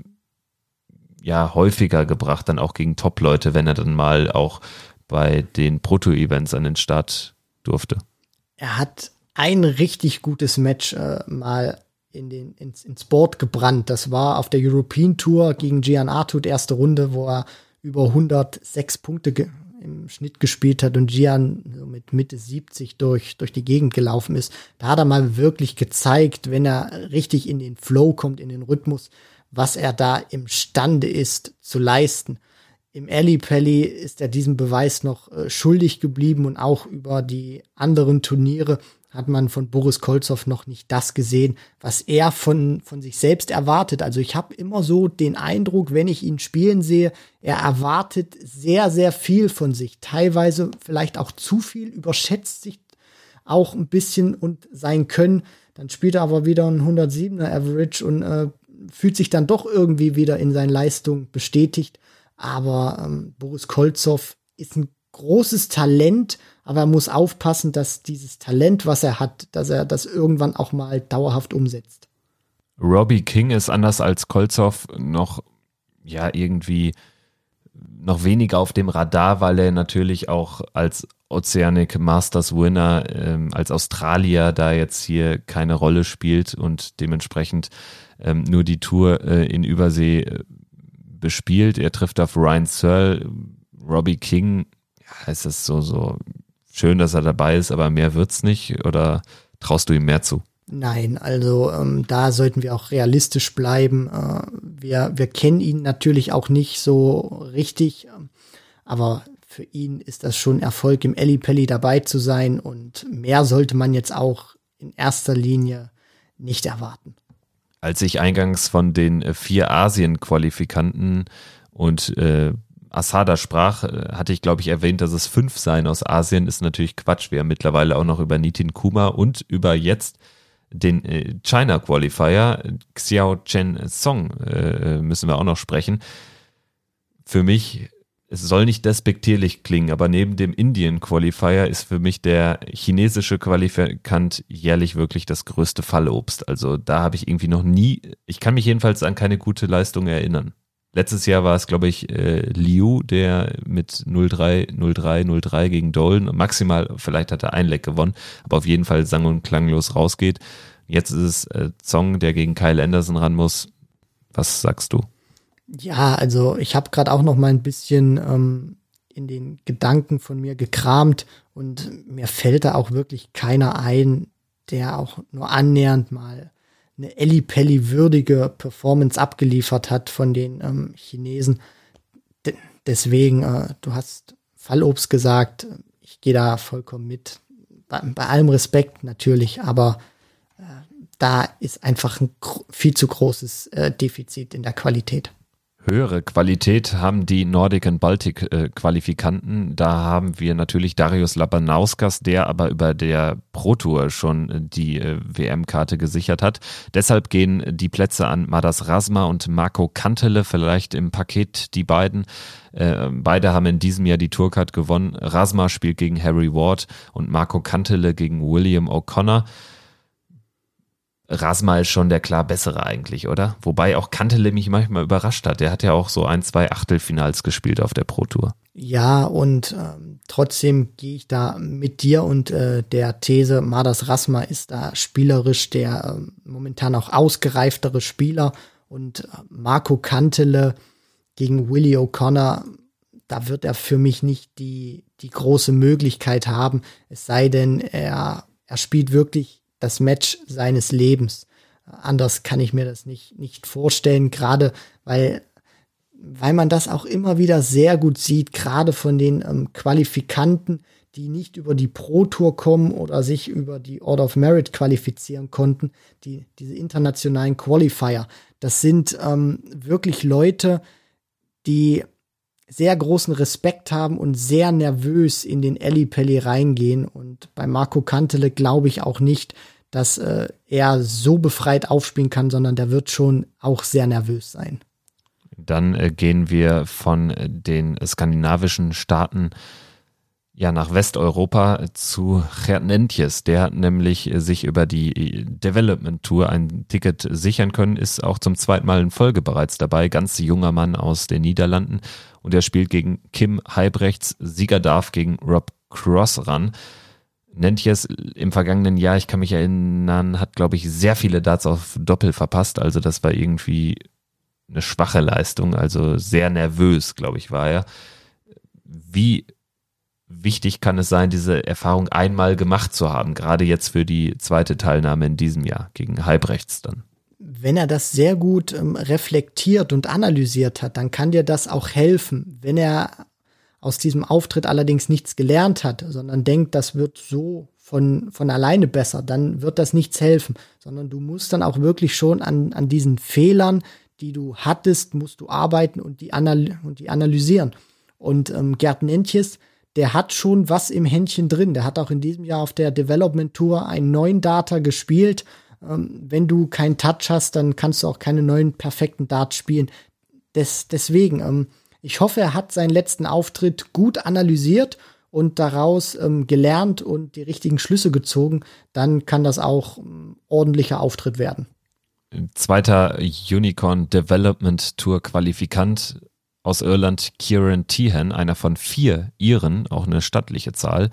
ja häufiger gebracht, dann auch gegen Top-Leute, wenn er dann mal auch bei den Proto-Events an den Start durfte. Er hat ein richtig gutes Match äh, mal in den, ins, ins Board gebrannt. Das war auf der European Tour gegen Gian Artud, erste Runde, wo er über hundertsechs Punkte ge- im Schnitt gespielt hat und Gian so mit Mitte siebzig durch, durch die Gegend gelaufen ist. Da hat er mal wirklich gezeigt, wenn er richtig in den Flow kommt, in den Rhythmus, was er da imstande ist zu leisten. Im Eli Pelli ist er diesem Beweis noch äh, schuldig geblieben und auch über die anderen Turniere hat man von Boris Kolzow noch nicht das gesehen, was er von, von sich selbst erwartet. Also ich habe immer so den Eindruck, wenn ich ihn spielen sehe, er erwartet sehr, sehr viel von sich. Teilweise vielleicht auch zu viel, überschätzt sich auch ein bisschen und sein Können. Dann spielt er aber wieder ein hundertsiebener Average und äh, fühlt sich dann doch irgendwie wieder in seinen Leistungen bestätigt. Aber ähm, Boris Kolzow ist ein großes Talent, aber er muss aufpassen, dass dieses Talent, was er hat, dass er das irgendwann auch mal dauerhaft umsetzt. Robbie King ist anders als Kolzow noch, ja, irgendwie noch weniger auf dem Radar, weil er natürlich auch als Oceanic Masters Winner, ähm, als Australier da jetzt hier keine Rolle spielt und dementsprechend ähm, nur die Tour äh, in Übersee äh, bespielt. Er trifft auf Ryan Searle, Robbie King. Ja, es ist so, so schön, dass er dabei ist, aber mehr wird's nicht, oder traust du ihm mehr zu? Nein, also ähm, da sollten wir auch realistisch bleiben. Äh, wir, wir kennen ihn natürlich auch nicht so richtig, ähm, aber für ihn ist das schon Erfolg, im Ellipelli dabei zu sein, und mehr sollte man jetzt auch in erster Linie nicht erwarten. Als ich eingangs von den vier Asien-Qualifikanten und äh, Asada sprach, hatte ich, glaube ich, erwähnt, dass es fünf seien aus Asien. Ist natürlich Quatsch. Wir haben mittlerweile auch noch über Nitin Kumar und über jetzt den äh, China Qualifier Xiao Chen Song äh, müssen wir auch noch sprechen. Für mich, es soll nicht despektierlich klingen, aber neben dem Indian Qualifier ist für mich der chinesische Qualifikant jährlich wirklich das größte Fallobst. Also da habe ich irgendwie noch nie, ich kann mich jedenfalls an keine gute Leistung erinnern. Letztes Jahr war es, glaube ich, äh, Liu, der mit null drei, null drei, null drei gegen Dolan, maximal, vielleicht hat er ein Leck gewonnen, aber auf jeden Fall sang- und klanglos rausgeht. Jetzt ist es äh, Zong, der gegen Kyle Anderson ran muss. Was sagst du? Ja, also ich habe gerade auch noch mal ein bisschen ähm, in den Gedanken von mir gekramt, und mir fällt da auch wirklich keiner ein, der auch nur annähernd mal eine Ellipelli-würdige Performance abgeliefert hat von den ähm, Chinesen. De- deswegen, äh, du hast Fallobst gesagt, ich gehe da vollkommen mit. Bei, bei allem Respekt natürlich, aber äh, da ist einfach ein gro- viel zu großes äh, Defizit in der Qualität. Höhere Qualität haben die Nordic and Baltic äh, Qualifikanten. Da haben wir natürlich Darius Labanauskas, der aber über der Pro Tour schon äh, die äh, W M-Karte gesichert hat. Deshalb gehen die Plätze an Madas Razma und Marco Kantele, vielleicht im Paket die beiden. Äh, beide haben in diesem Jahr die Tourcard gewonnen. Razma spielt gegen Harry Ward und Marco Kantele gegen William O'Connor. Razma ist schon der klar bessere eigentlich, oder? Wobei auch Kantele mich manchmal überrascht hat. Der hat ja auch so ein, zwei Achtelfinals gespielt auf der Pro Tour. Ja, und ähm, trotzdem gehe ich da mit dir und äh, der These, Madas Razma ist da spielerisch der äh, momentan auch ausgereiftere Spieler, und äh, Marco Kantele gegen Willie O'Connor, da wird er für mich nicht die, die große Möglichkeit haben, es sei denn, er, er spielt wirklich das Match seines Lebens. Anders kann ich mir das nicht, nicht vorstellen, gerade weil, weil man das auch immer wieder sehr gut sieht, gerade von den ähm, Qualifikanten, die nicht über die Pro Tour kommen oder sich über die Order of Merit qualifizieren konnten, die, diese internationalen Qualifier. Das sind ähm, wirklich Leute, die sehr großen Respekt haben und sehr nervös in den Ellipelli reingehen. Und bei Marco Kantele glaube ich auch nicht, dass äh, er so befreit aufspielen kann, sondern der wird schon auch sehr nervös sein. Dann äh, gehen wir von den skandinavischen Staaten ja nach Westeuropa zu Gert Nentjes. Der hat nämlich äh, sich über die Development Tour ein Ticket sichern können, ist auch zum zweiten Mal in Folge bereits dabei. Ganz junger Mann aus den Niederlanden. Und er spielt gegen Kim Heibrechts. Sieger darf gegen Rob Cross ran. Nentjes im vergangenen Jahr, ich kann mich erinnern, hat, glaube ich, sehr viele Darts auf Doppel verpasst. Also das war irgendwie eine schwache Leistung. Also sehr nervös, glaube ich, war er. Wie wichtig kann es sein, diese Erfahrung einmal gemacht zu haben, gerade jetzt für die zweite Teilnahme in diesem Jahr gegen Heibrechts dann? Wenn er das sehr gut ähm, reflektiert und analysiert hat, dann kann dir das auch helfen. Wenn er aus diesem Auftritt allerdings nichts gelernt hat, sondern denkt, das wird so von, von alleine besser, dann wird das nichts helfen, sondern du musst dann auch wirklich schon an, an diesen Fehlern, die du hattest, musst du arbeiten und die, anal- und die analysieren. Und ähm, Gert Nentjes, der hat schon was im Händchen drin. Der hat auch in diesem Jahr auf der Development Tour einen neuen Data gespielt. Ähm, wenn du keinen Touch hast, dann kannst du auch keine neuen perfekten Darts spielen. Des, deswegen, ähm, ich hoffe, er hat seinen letzten Auftritt gut analysiert und daraus ähm, gelernt und die richtigen Schlüsse gezogen. Dann kann das auch ein ordentlicher Auftritt werden. Zweiter Unicorn Development Tour Qualifikant aus Irland, Kieran Tehan, einer von vier Iren, auch eine stattliche Zahl.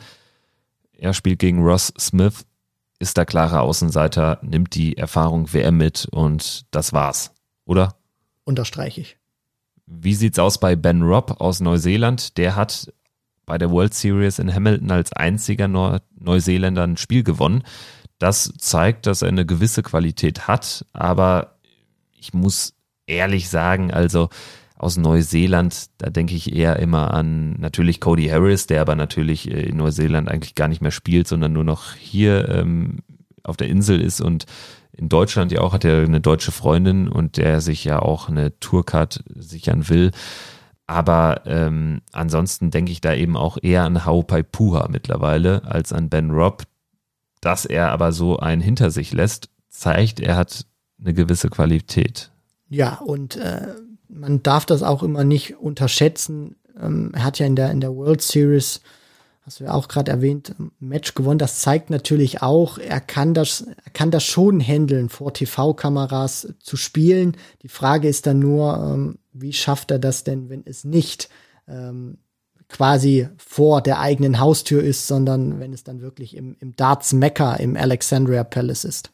Er spielt gegen Ross Smith, ist der klare Außenseiter, nimmt die Erfahrung W M mit und das war's, oder? Unterstreiche ich. Wie sieht's aus bei Ben Robb aus Neuseeland? Der hat bei der World Series in Hamilton als einziger Neu- Neuseeländer ein Spiel gewonnen. Das zeigt, dass er eine gewisse Qualität hat, aber ich muss ehrlich sagen, also aus Neuseeland, da denke ich eher immer an natürlich Cody Harris, der aber natürlich in Neuseeland eigentlich gar nicht mehr spielt, sondern nur noch hier ähm, auf der Insel ist und in Deutschland ja auch, hat er eine deutsche Freundin und der sich ja auch eine Tourcard sichern will. Aber ähm, ansonsten denke ich da eben auch eher an Haupai Puha mittlerweile als an Ben Robb. Dass er aber so einen hinter sich lässt, zeigt, er hat eine gewisse Qualität. Ja, und äh, man darf das auch immer nicht unterschätzen. Ähm, er hat ja in der, in der World Series, hast du ja auch gerade erwähnt, ein Match gewonnen. Das zeigt natürlich auch, er kann das, er kann das schon handeln, vor T V-Kameras zu spielen. Die Frage ist dann nur, ähm, wie schafft er das denn, wenn es nicht ähm, quasi vor der eigenen Haustür ist, sondern wenn es dann wirklich im, im Darts-Mekka, im Alexandria Palace ist.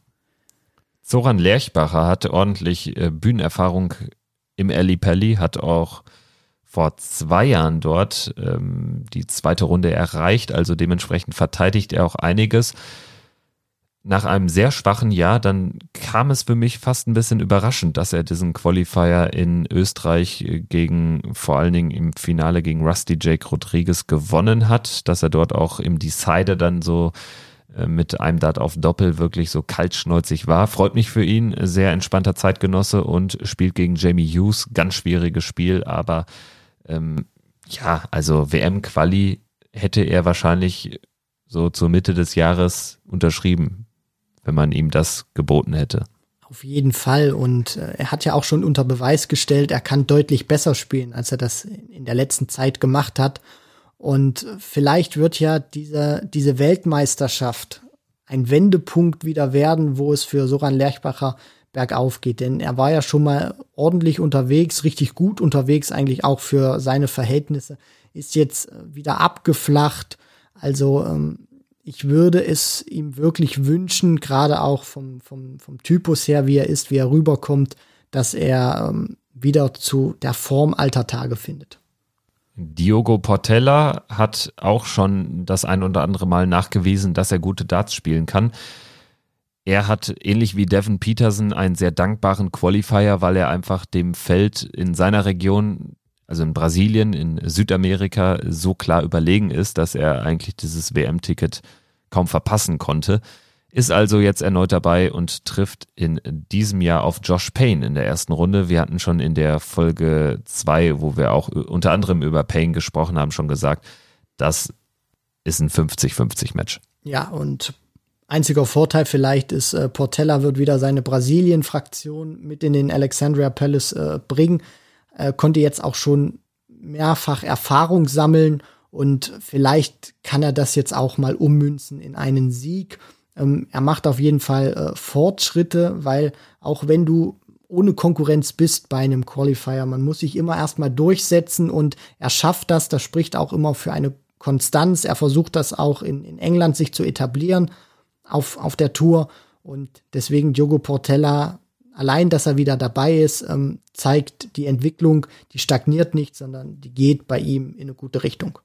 Zoran Lerchbacher hat ordentlich äh, Bühnenerfahrung im Ali Pali, hat auch vor zwei Jahren dort ähm, die zweite Runde erreicht, also dementsprechend verteidigt er auch einiges. Nach einem sehr schwachen Jahr, dann kam es für mich fast ein bisschen überraschend, dass er diesen Qualifier in Österreich gegen, vor allen Dingen im Finale gegen Rusty Jake Rodriguez gewonnen hat, dass er dort auch im Decider dann so äh, mit einem Dart auf Doppel wirklich so kaltschnäuzig war. Freut mich für ihn, sehr entspannter Zeitgenosse und spielt gegen Jamie Hughes, ganz schwieriges Spiel, aber ähm, ja, also W M-Quali hätte er wahrscheinlich so zur Mitte des Jahres unterschrieben, wenn man ihm das geboten hätte. Auf jeden Fall. Und äh, er hat ja auch schon unter Beweis gestellt, er kann deutlich besser spielen, als er das in der letzten Zeit gemacht hat. Und vielleicht wird ja diese, diese Weltmeisterschaft ein Wendepunkt wieder werden, wo es für Zoran Lerchbacher bergauf geht. Denn er war ja schon mal ordentlich unterwegs, richtig gut unterwegs, eigentlich auch für seine Verhältnisse, ist jetzt wieder abgeflacht. Also ähm, ich würde es ihm wirklich wünschen, gerade auch vom, vom, vom Typus her, wie er ist, wie er rüberkommt, dass er ähm, wieder zu der Form alter Tage findet. Diogo Portela hat auch schon das ein oder andere Mal nachgewiesen, dass er gute Darts spielen kann. Er hat ähnlich wie Devin Peterson einen sehr dankbaren Qualifier, weil er einfach dem Feld in seiner Region, also in Brasilien, in Südamerika, so klar überlegen ist, dass er eigentlich dieses W M-Ticket kaum verpassen konnte. Ist also jetzt erneut dabei und trifft in diesem Jahr auf Josh Payne in der ersten Runde. Wir hatten schon in der Folge zwei, wo wir auch unter anderem über Payne gesprochen haben, schon gesagt, das ist ein fünfzig fünfzig Match. Ja, und einziger Vorteil vielleicht ist, äh, Portela wird wieder seine Brasilien-Fraktion mit in den Alexandria Palace äh, bringen. Äh, konnte jetzt auch schon mehrfach Erfahrung sammeln und vielleicht kann er das jetzt auch mal ummünzen in einen Sieg. Ähm, er macht auf jeden Fall äh, Fortschritte, weil auch wenn du ohne Konkurrenz bist bei einem Qualifier, man muss sich immer erstmal durchsetzen und er schafft das. Das spricht auch immer für eine Konstanz. Er versucht das auch in, in England sich zu etablieren auf, auf der Tour und deswegen Diogo Portela, allein, dass er wieder dabei ist, ähm, zeigt die Entwicklung, die stagniert nicht, sondern die geht bei ihm in eine gute Richtung.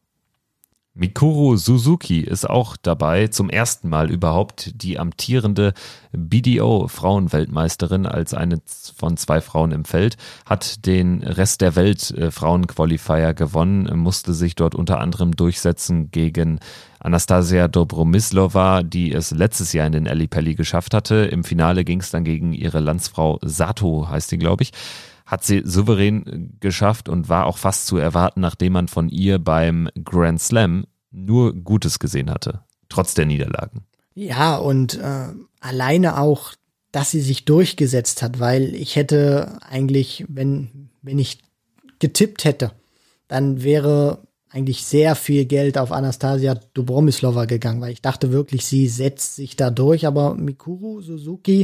Mikuru Suzuki ist auch dabei, zum ersten Mal überhaupt die amtierende B D O-Frauenweltmeisterin als eine von zwei Frauen im Feld, hat den Rest der Welt äh, Frauen-Qualifier gewonnen, musste sich dort unter anderem durchsetzen gegen Anastasia Dobromislova, die es letztes Jahr in den Ali Pali geschafft hatte. Im Finale ging es dann gegen ihre Landsfrau Sato, heißt sie, glaube ich. Hat sie souverän geschafft und war auch fast zu erwarten, nachdem man von ihr beim Grand Slam nur Gutes gesehen hatte, trotz der Niederlagen. Ja, und äh, alleine auch, dass sie sich durchgesetzt hat, weil ich hätte eigentlich, wenn, wenn ich getippt hätte, dann wäre eigentlich sehr viel Geld auf Anastasia Dobromislova gegangen, weil ich dachte wirklich, sie setzt sich da durch, aber Mikuru Suzuki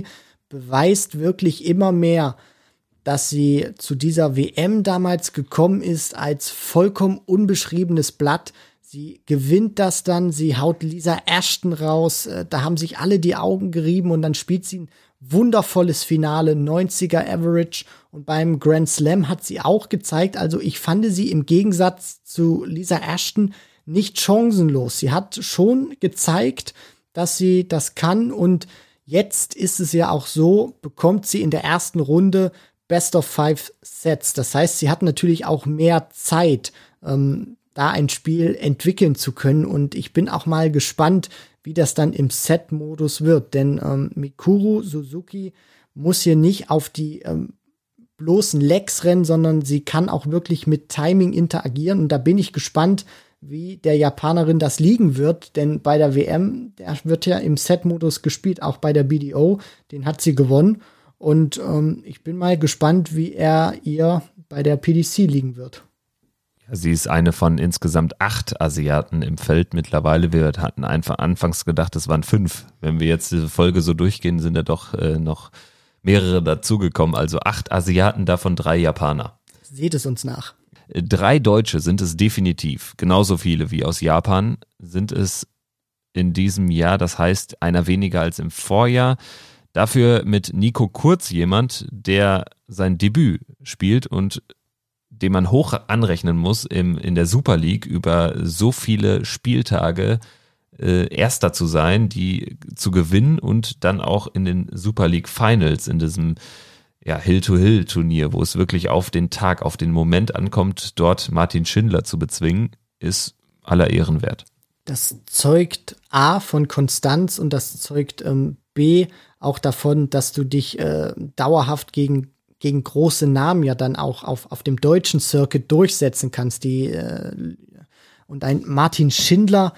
beweist wirklich immer mehr, dass sie zu dieser W M damals gekommen ist als vollkommen unbeschriebenes Blatt. Sie gewinnt das dann, sie haut Lisa Ashton raus, da haben sich alle die Augen gerieben und dann spielt sie ein wundervolles Finale, neunziger Average, und beim Grand Slam hat sie auch gezeigt, also ich fand sie im Gegensatz zu Lisa Ashton nicht chancenlos. Sie hat schon gezeigt, dass sie das kann, und jetzt ist es ja auch so, bekommt sie in der ersten Runde Best of Five Sets. Das heißt, sie hat natürlich auch mehr Zeit, ähm, da ein Spiel entwickeln zu können. Und ich bin auch mal gespannt, wie das dann im Set-Modus wird. Denn ähm, Mikuru Suzuki muss hier nicht auf die ähm, bloßen Legs rennen, sondern sie kann auch wirklich mit Timing interagieren. Und da bin ich gespannt, wie der Japanerin das liegen wird. Denn bei der W M, der wird ja im Set-Modus gespielt, auch bei der B D O. Den hat sie gewonnen. Und ähm, ich bin mal gespannt, wie er ihr bei der P D C liegen wird. Ja, sie ist eine von insgesamt acht Asiaten im Feld mittlerweile. Wir hatten einfach anfangs gedacht, es waren fünf. Wenn wir jetzt diese Folge so durchgehen, sind da doch äh, noch mehrere dazugekommen. Also acht Asiaten, davon drei Japaner. Seht es uns nach. Drei Deutsche sind es definitiv. Genauso viele wie aus Japan sind es in diesem Jahr. Das heißt, einer weniger als im Vorjahr. Dafür mit Nico Kurz jemand, der sein Debüt spielt und den man hoch anrechnen muss im, in der Super League über so viele Spieltage äh, Erster zu sein, die zu gewinnen und dann auch in den Super League Finals, in diesem ja, Hill-to-Hill-Turnier, wo es wirklich auf den Tag, auf den Moment ankommt, dort Martin Schindler zu bezwingen, ist aller Ehren wert. Das zeugt A von Konstanz und das zeugt ähm, B auch davon, dass du dich äh, dauerhaft gegen, gegen große Namen ja dann auch auf, auf dem deutschen Circuit durchsetzen kannst. Die, äh, und ein Martin Schindler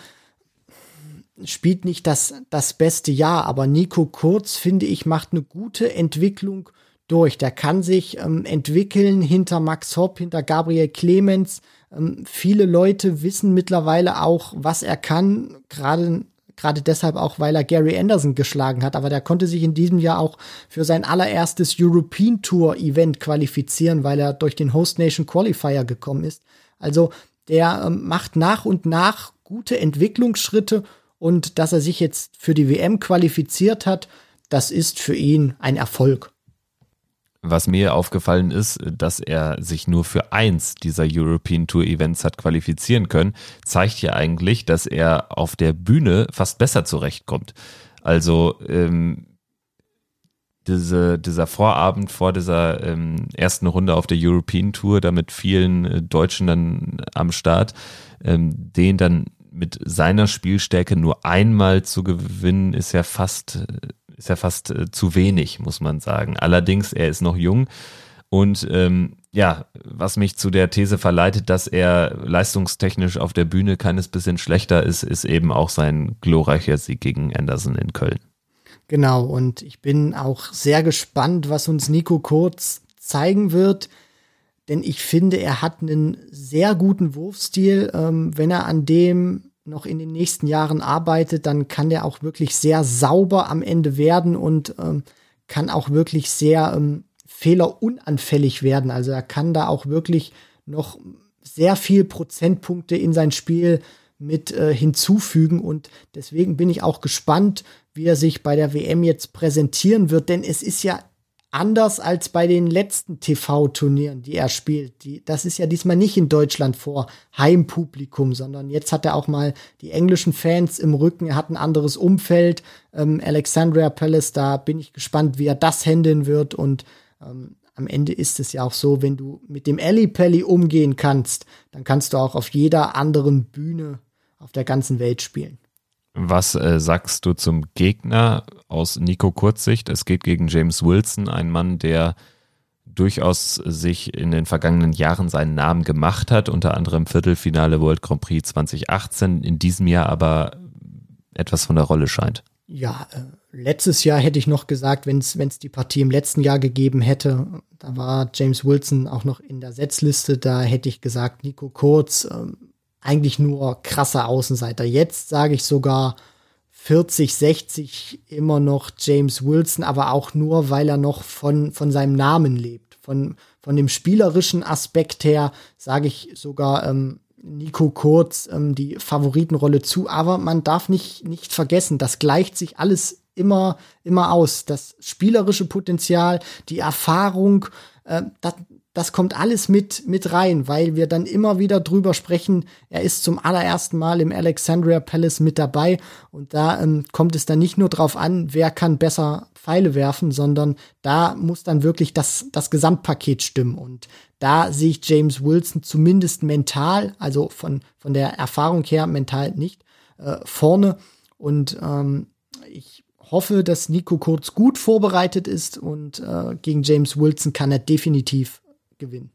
spielt nicht das, das beste Jahr, aber Nico Kurz, finde ich, macht eine gute Entwicklung durch. Der kann sich ähm, entwickeln hinter Max Hopp, hinter Gabriel Clemens. Ähm, viele Leute wissen mittlerweile auch, was er kann, gerade Gerade deshalb auch, weil er Gary Anderson geschlagen hat. Aber der konnte sich in diesem Jahr auch für sein allererstes European Tour Event qualifizieren, weil er durch den Host Nation Qualifier gekommen ist. Also der ähm, macht nach und nach gute Entwicklungsschritte, und dass er sich jetzt für die W M qualifiziert hat, das ist für ihn ein Erfolg. Was mir aufgefallen ist, dass er sich nur für eins dieser European Tour Events hat qualifizieren können, zeigt ja eigentlich, dass er auf der Bühne fast besser zurechtkommt. Also ähm, diese, dieser Vorabend vor dieser ähm, ersten Runde auf der European Tour, da mit vielen äh, Deutschen dann am Start, ähm, den dann mit seiner Spielstärke nur einmal zu gewinnen, ist ja fast ist ja fast äh, zu wenig, muss man sagen. Allerdings, er ist noch jung und ähm, ja, was mich zu der These verleitet, dass er leistungstechnisch auf der Bühne keines bisschen schlechter ist, ist eben auch sein glorreicher Sieg gegen Anderson in Köln. Genau, und ich bin auch sehr gespannt, was uns Nico Kurz zeigen wird, denn ich finde, er hat einen sehr guten Wurfstil. Ähm, wenn er an dem noch in den nächsten Jahren arbeitet, dann kann der auch wirklich sehr sauber am Ende werden und ähm, kann auch wirklich sehr ähm, fehlerunanfällig werden. Also er kann da auch wirklich noch sehr viel Prozentpunkte in sein Spiel mit äh, hinzufügen, und deswegen bin ich auch gespannt, wie er sich bei der W M jetzt präsentieren wird, denn es ist ja anders als bei den letzten T V-Turnieren, die er spielt. Die, das ist ja diesmal nicht in Deutschland vor Heimpublikum, sondern jetzt hat er auch mal die englischen Fans im Rücken. Er hat ein anderes Umfeld. Ähm, Alexandria Palace, da bin ich gespannt, wie er das handeln wird. Und ähm, am Ende ist es ja auch so, wenn du mit dem Ellipelli umgehen kannst, dann kannst du auch auf jeder anderen Bühne auf der ganzen Welt spielen. Was äh, sagst du zum Gegner aus Nico Kurz Sicht? Es geht gegen James Wilson, ein Mann, der durchaus sich in den vergangenen Jahren seinen Namen gemacht hat, unter anderem Viertelfinale World Grand Prix zwanzig achtzehn, in diesem Jahr aber etwas von der Rolle scheint. Ja, äh, letztes Jahr hätte ich noch gesagt, wenn es wenn es die Partie im letzten Jahr gegeben hätte, da war James Wilson auch noch in der Setzliste, da hätte ich gesagt, Nico Kurz, ähm, eigentlich nur krasser Außenseiter. Jetzt sage ich sogar vierzig, sechzig immer noch James Wilson, aber auch nur, weil er noch von, von seinem Namen lebt. Von, von dem spielerischen Aspekt her sage ich sogar ähm, Nico Kurz ähm, die Favoritenrolle zu, aber man darf nicht, nicht vergessen, das gleicht sich alles immer, immer aus. Das spielerische Potenzial, die Erfahrung, äh, das, das kommt alles mit, mit rein, weil wir dann immer wieder drüber sprechen, er ist zum allerersten Mal im Alexandria Palace mit dabei und da ähm, kommt es dann nicht nur drauf an, wer kann besser Pfeile werfen, sondern da muss dann wirklich das, das Gesamtpaket stimmen und da sehe ich James Wilson zumindest mental, also von, von der Erfahrung her mental nicht, äh, vorne und ähm, ich hoffe, dass Nico Kurz gut vorbereitet ist und äh, gegen James Wilson kann er definitiv gewinnen.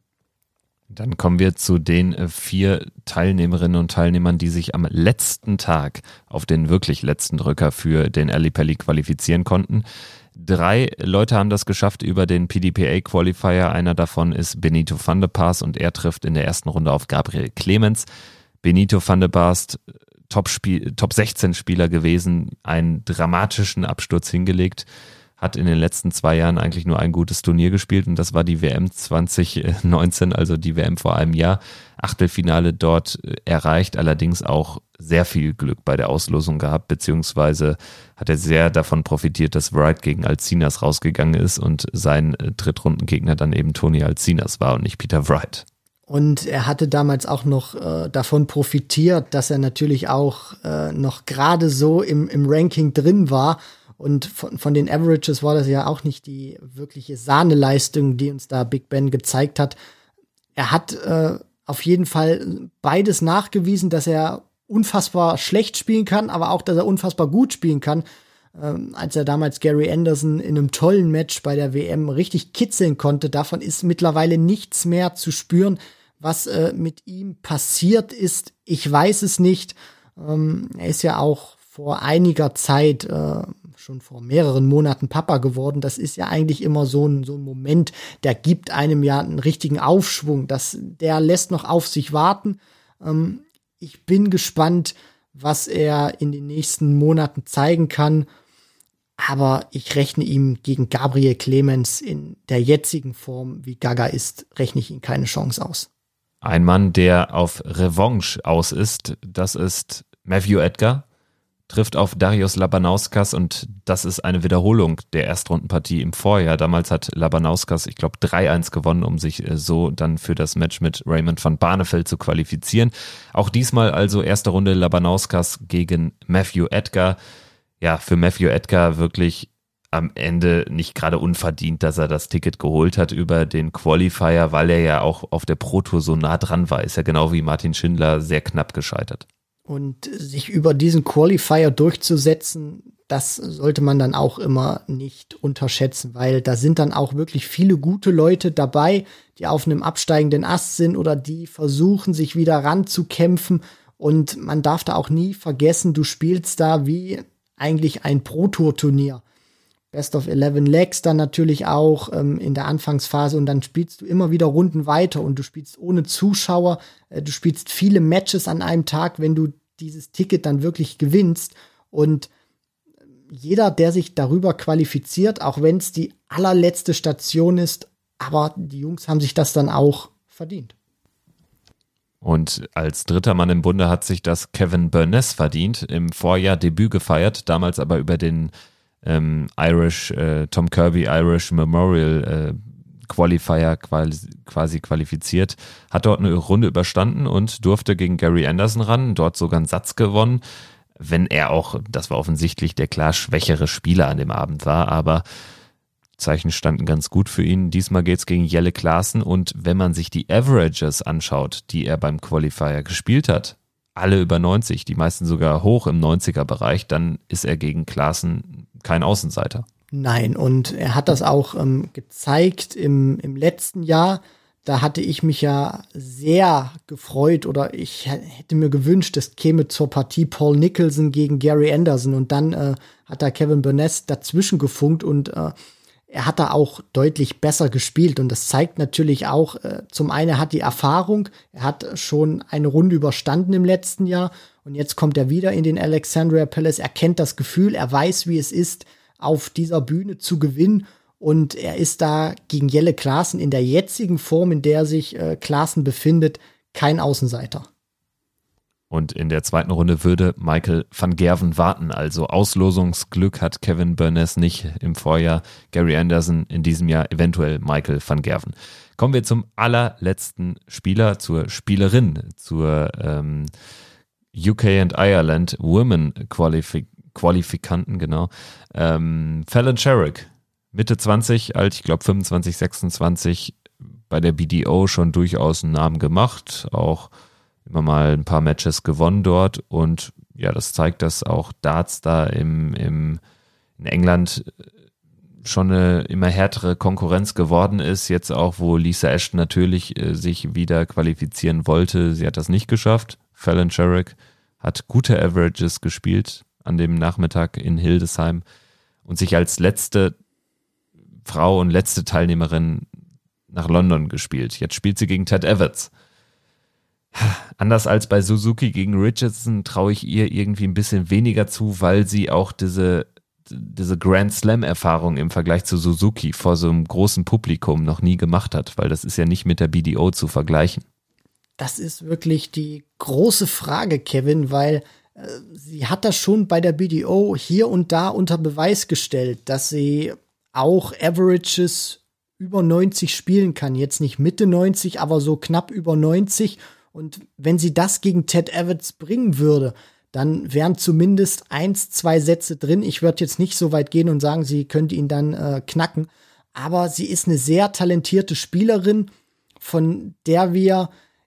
Dann kommen wir zu den vier Teilnehmerinnen und Teilnehmern, die sich am letzten Tag auf den wirklich letzten Drücker für den Ali Pelli qualifizieren konnten. Drei Leute haben das geschafft über den P D P A-Qualifier. Einer davon ist Benito van der Paas und er trifft in der ersten Runde auf Gabriel Clemens. Benito van der Paas, Top, Top sechzehn Spieler gewesen, einen dramatischen Absturz hingelegt, hat in den letzten zwei Jahren eigentlich nur ein gutes Turnier gespielt und das war die W M zwanzig neunzehn, also die W M vor einem Jahr. Achtelfinale dort erreicht, allerdings auch sehr viel Glück bei der Auslosung gehabt, beziehungsweise hat er sehr davon profitiert, dass Wright gegen Alcinas rausgegangen ist und sein Drittrundengegner dann eben Toni Alcinas war und nicht Peter Wright. Und er hatte damals auch noch äh, davon profitiert, dass er natürlich auch äh, noch gerade so im, im Ranking drin war. Und von, von den Averages war das ja auch nicht die wirkliche Sahneleistung, die uns da Big Ben gezeigt hat. Er hat äh, auf jeden Fall beides nachgewiesen, dass er unfassbar schlecht spielen kann, aber auch, dass er unfassbar gut spielen kann. Ähm, als er damals Gary Anderson in einem tollen Match bei der W M richtig kitzeln konnte, davon ist mittlerweile nichts mehr zu spüren. Was äh, mit ihm passiert ist, ich weiß es nicht. Ähm, er ist ja auch vor einiger Zeit äh, schon vor mehreren Monaten Papa geworden. Das ist ja eigentlich immer so ein, so ein Moment, der gibt einem ja einen richtigen Aufschwung. Das, der lässt noch auf sich warten. Ähm, ich bin gespannt, was er in den nächsten Monaten zeigen kann. Aber ich rechne ihm gegen Gabriel Clemens in der jetzigen Form, wie Gaga ist, rechne ich ihm keine Chance aus. Ein Mann, der auf Revanche aus ist, das ist Matthew Edgar. Trifft auf Darius Labanauskas und das ist eine Wiederholung der Erstrundenpartie im Vorjahr. Damals hat Labanauskas, ich glaube, drei eins gewonnen, um sich so dann für das Match mit Raymond van Barneveld zu qualifizieren. Auch diesmal also erste Runde Labanauskas gegen Matthew Edgar. Ja, für Matthew Edgar wirklich am Ende nicht gerade unverdient, dass er das Ticket geholt hat über den Qualifier, weil er ja auch auf der Pro Tour so nah dran war. Ist ja genau wie Martin Schindler sehr knapp gescheitert. Und sich über diesen Qualifier durchzusetzen, das sollte man dann auch immer nicht unterschätzen, weil da sind dann auch wirklich viele gute Leute dabei, die auf einem absteigenden Ast sind oder die versuchen, sich wieder ranzukämpfen. Und man darf da auch nie vergessen, du spielst da wie eigentlich ein Pro-Tour-Turnier. Best of eleven Legs dann natürlich auch ähm, in der Anfangsphase und dann spielst du immer wieder Runden weiter und du spielst ohne Zuschauer, äh, du spielst viele Matches an einem Tag, wenn du dieses Ticket dann wirklich gewinnst und jeder, der sich darüber qualifiziert, auch wenn es die allerletzte Station ist, aber die Jungs haben sich das dann auch verdient. Und als dritter Mann im Bunde hat sich das Kevin Burness verdient, im Vorjahr Debüt gefeiert, damals aber über den Ähm, Irish, äh, Tom Kirby Irish Memorial äh, Qualifier quasi, quasi qualifiziert, hat dort eine Runde überstanden und durfte gegen Gary Anderson ran, dort sogar einen Satz gewonnen, wenn er auch, das war offensichtlich, der klar schwächere Spieler an dem Abend war, aber Zeichen standen ganz gut für ihn. Diesmal geht's gegen Jelle Klaassen und wenn man sich die Averages anschaut, die er beim Qualifier gespielt hat, alle über neunzig, die meisten sogar hoch im neunziger-Bereich, dann ist er gegen Klaassen kein Außenseiter. Nein, und er hat das auch ähm, gezeigt im, im letzten Jahr. Da hatte ich mich ja sehr gefreut oder ich hätte mir gewünscht, es käme zur Partie Paul Nicholson gegen Gary Anderson und dann äh, hat da Kevin Burness dazwischen gefunkt und äh, er hat da auch deutlich besser gespielt und das zeigt natürlich auch, äh, zum einen hat die Erfahrung, er hat schon eine Runde überstanden im letzten Jahr und jetzt kommt er wieder in den Alexandria Palace, er kennt das Gefühl, er weiß, wie es ist, auf dieser Bühne zu gewinnen und er ist da gegen Jelle Klaassen in der jetzigen Form, in der sich äh, Klaassen befindet, kein Außenseiter. Und in der zweiten Runde würde Michael van Gerwen warten. Also Auslosungsglück hat Kevin Burness nicht im Vorjahr. Gary Anderson in diesem Jahr eventuell Michael van Gerwen. Kommen wir zum allerletzten Spieler, zur Spielerin, zur ähm, U K and Ireland Women Qualifik- Qualifikanten, genau. Ähm, Fallon Sherrock, Mitte zwanzig, alt, ich glaube fünfundzwanzig, sechsundzwanzig, bei der B D O schon durchaus einen Namen gemacht, auch immer mal ein paar Matches gewonnen dort und ja, das zeigt, dass auch Darts da im, im in England schon eine immer härtere Konkurrenz geworden ist, jetzt auch, wo Lisa Ashton natürlich äh, sich wieder qualifizieren wollte, sie hat das nicht geschafft. Fallon Sherrock hat gute Averages gespielt an dem Nachmittag in Hildesheim und sich als letzte Frau und letzte Teilnehmerin nach London gespielt. Jetzt spielt sie gegen Ted Evans. Anders als bei Suzuki gegen Richardson traue ich ihr irgendwie ein bisschen weniger zu, weil sie auch diese, diese Grand Slam-Erfahrung im Vergleich zu Suzuki vor so einem großen Publikum noch nie gemacht hat, weil das ist ja nicht mit der B D O zu vergleichen. Das ist wirklich die große Frage, Kevin, weil äh, sie hat das schon bei der B D O hier und da unter Beweis gestellt, dass sie auch Averages über neunzig spielen kann. Jetzt nicht Mitte neunzig, aber so knapp über neunzig. Und wenn sie das gegen Ted Evans bringen würde, dann wären zumindest eins, zwei Sätze drin. Ich würde jetzt nicht so weit gehen und sagen, sie könnte ihn dann äh, knacken. Aber sie ist eine sehr talentierte Spielerin, von der wir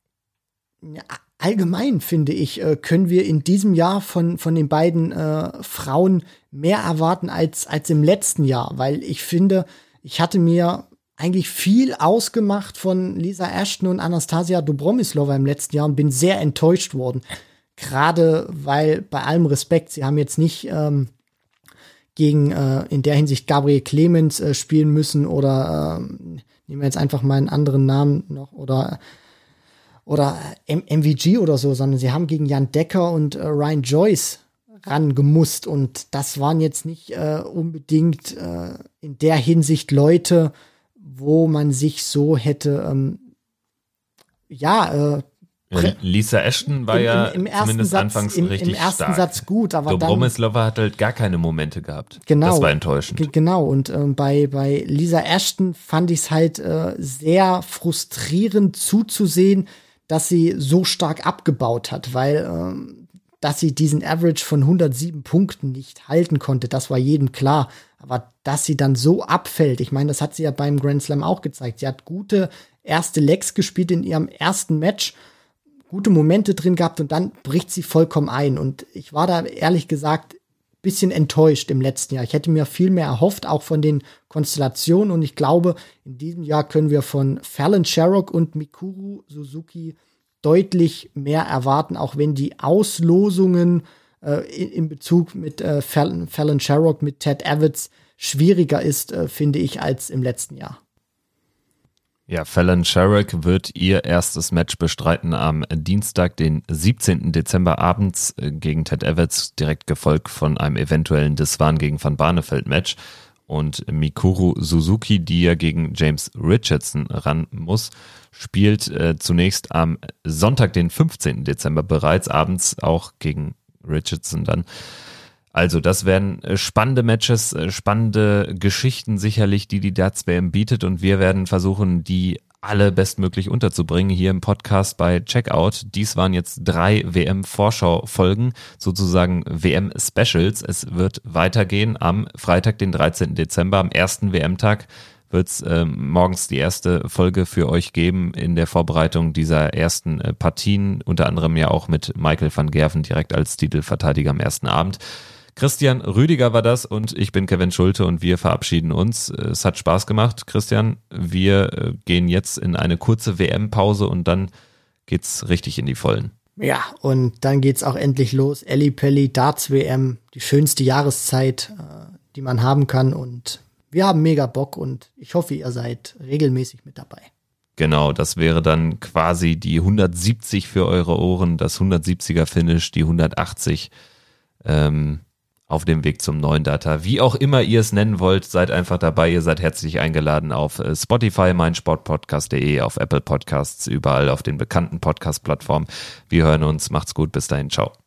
ja, allgemein, finde ich, äh, können wir in diesem Jahr von, von den beiden äh, Frauen mehr erwarten als, als im letzten Jahr. Weil ich finde, ich hatte mir eigentlich viel ausgemacht von Lisa Ashton und Anastasia Dobromislova im letzten Jahr und bin sehr enttäuscht worden. Gerade weil, bei allem Respekt, sie haben jetzt nicht ähm, gegen äh, in der Hinsicht Gabriel Clemens äh, spielen müssen oder ähm, nehmen wir jetzt einfach mal einen anderen Namen noch oder oder M- MVG oder so, sondern sie haben gegen Jan Decker und äh, Ryan Joyce rangemusst und das waren jetzt nicht äh, unbedingt äh, in der Hinsicht Leute, wo man sich so hätte, ähm, ja, äh, ja, Lisa Ashton war im, ja im, im zumindest Satz, anfangs im, richtig im ersten stark. Satz gut, aber Dobromislova hat halt gar keine Momente gehabt. Genau, das war enttäuschend. G- genau, und ähm, bei, bei Lisa Ashton fand ich es halt äh, sehr frustrierend zuzusehen, dass sie so stark abgebaut hat, weil ähm, dass sie diesen Average von hundertsieben Punkten nicht halten konnte, das war jedem klar. Aber dass sie dann so abfällt, ich meine, das hat sie ja beim Grand Slam auch gezeigt. Sie hat gute erste Legs gespielt in ihrem ersten Match, gute Momente drin gehabt und dann bricht sie vollkommen ein. Und ich war da ehrlich gesagt ein bisschen enttäuscht im letzten Jahr. Ich hätte mir viel mehr erhofft, auch von den Konstellationen. Und ich glaube, in diesem Jahr können wir von Fallon Sherrock und Mikuru Suzuki deutlich mehr erwarten, auch wenn die Auslosungen äh, in, in Bezug mit äh, Fallon, Fallon Sherrock, mit Ted Evans schwieriger ist, äh, finde ich, als im letzten Jahr. Ja, Fallon Sherrock wird ihr erstes Match bestreiten am Dienstag, den siebzehnten Dezember abends gegen Ted Evans, direkt gefolgt von einem eventuellen Desvan gegen Van Barneveld-Match. Und Mikuru Suzuki, die ja gegen James Richardson ran muss, spielt äh, zunächst am Sonntag, den fünfzehnten Dezember bereits abends, auch gegen Richardson dann. Also das werden spannende Matches, spannende Geschichten sicherlich, die die Darts-W M bietet und wir werden versuchen, die alle bestmöglich unterzubringen hier im Podcast bei Checkout. Dies waren jetzt drei W M-Vorschau-Folgen, sozusagen W M-Specials. Es wird weitergehen am Freitag, den dreizehnten Dezember, am ersten W M-Tag wird es äh, morgens die erste Folge für euch geben in der Vorbereitung dieser ersten äh, Partien, unter anderem ja auch mit Michael van Gerwen direkt als Titelverteidiger am ersten Abend. Christian Rüdiger war das und ich bin Kevin Schulte und wir verabschieden uns. Es hat Spaß gemacht, Christian. Wir gehen jetzt in eine kurze W M-Pause und dann geht's richtig in die Vollen. Ja, und dann geht's auch endlich los. Ellipelli, Darts-W M, die schönste Jahreszeit, die man haben kann und wir haben mega Bock und ich hoffe, ihr seid regelmäßig mit dabei. Genau, das wäre dann quasi die hundertsiebzig für eure Ohren, das hundertsiebziger Finish, die hundertachtzig ähm, auf dem Weg zum neuen Data. Wie auch immer ihr es nennen wollt, seid einfach dabei. Ihr seid herzlich eingeladen auf Spotify, meinsportpodcast punkt de, auf Apple Podcasts, überall auf den bekannten Podcast-Plattformen. Wir hören uns. Macht's gut. Bis dahin. Ciao.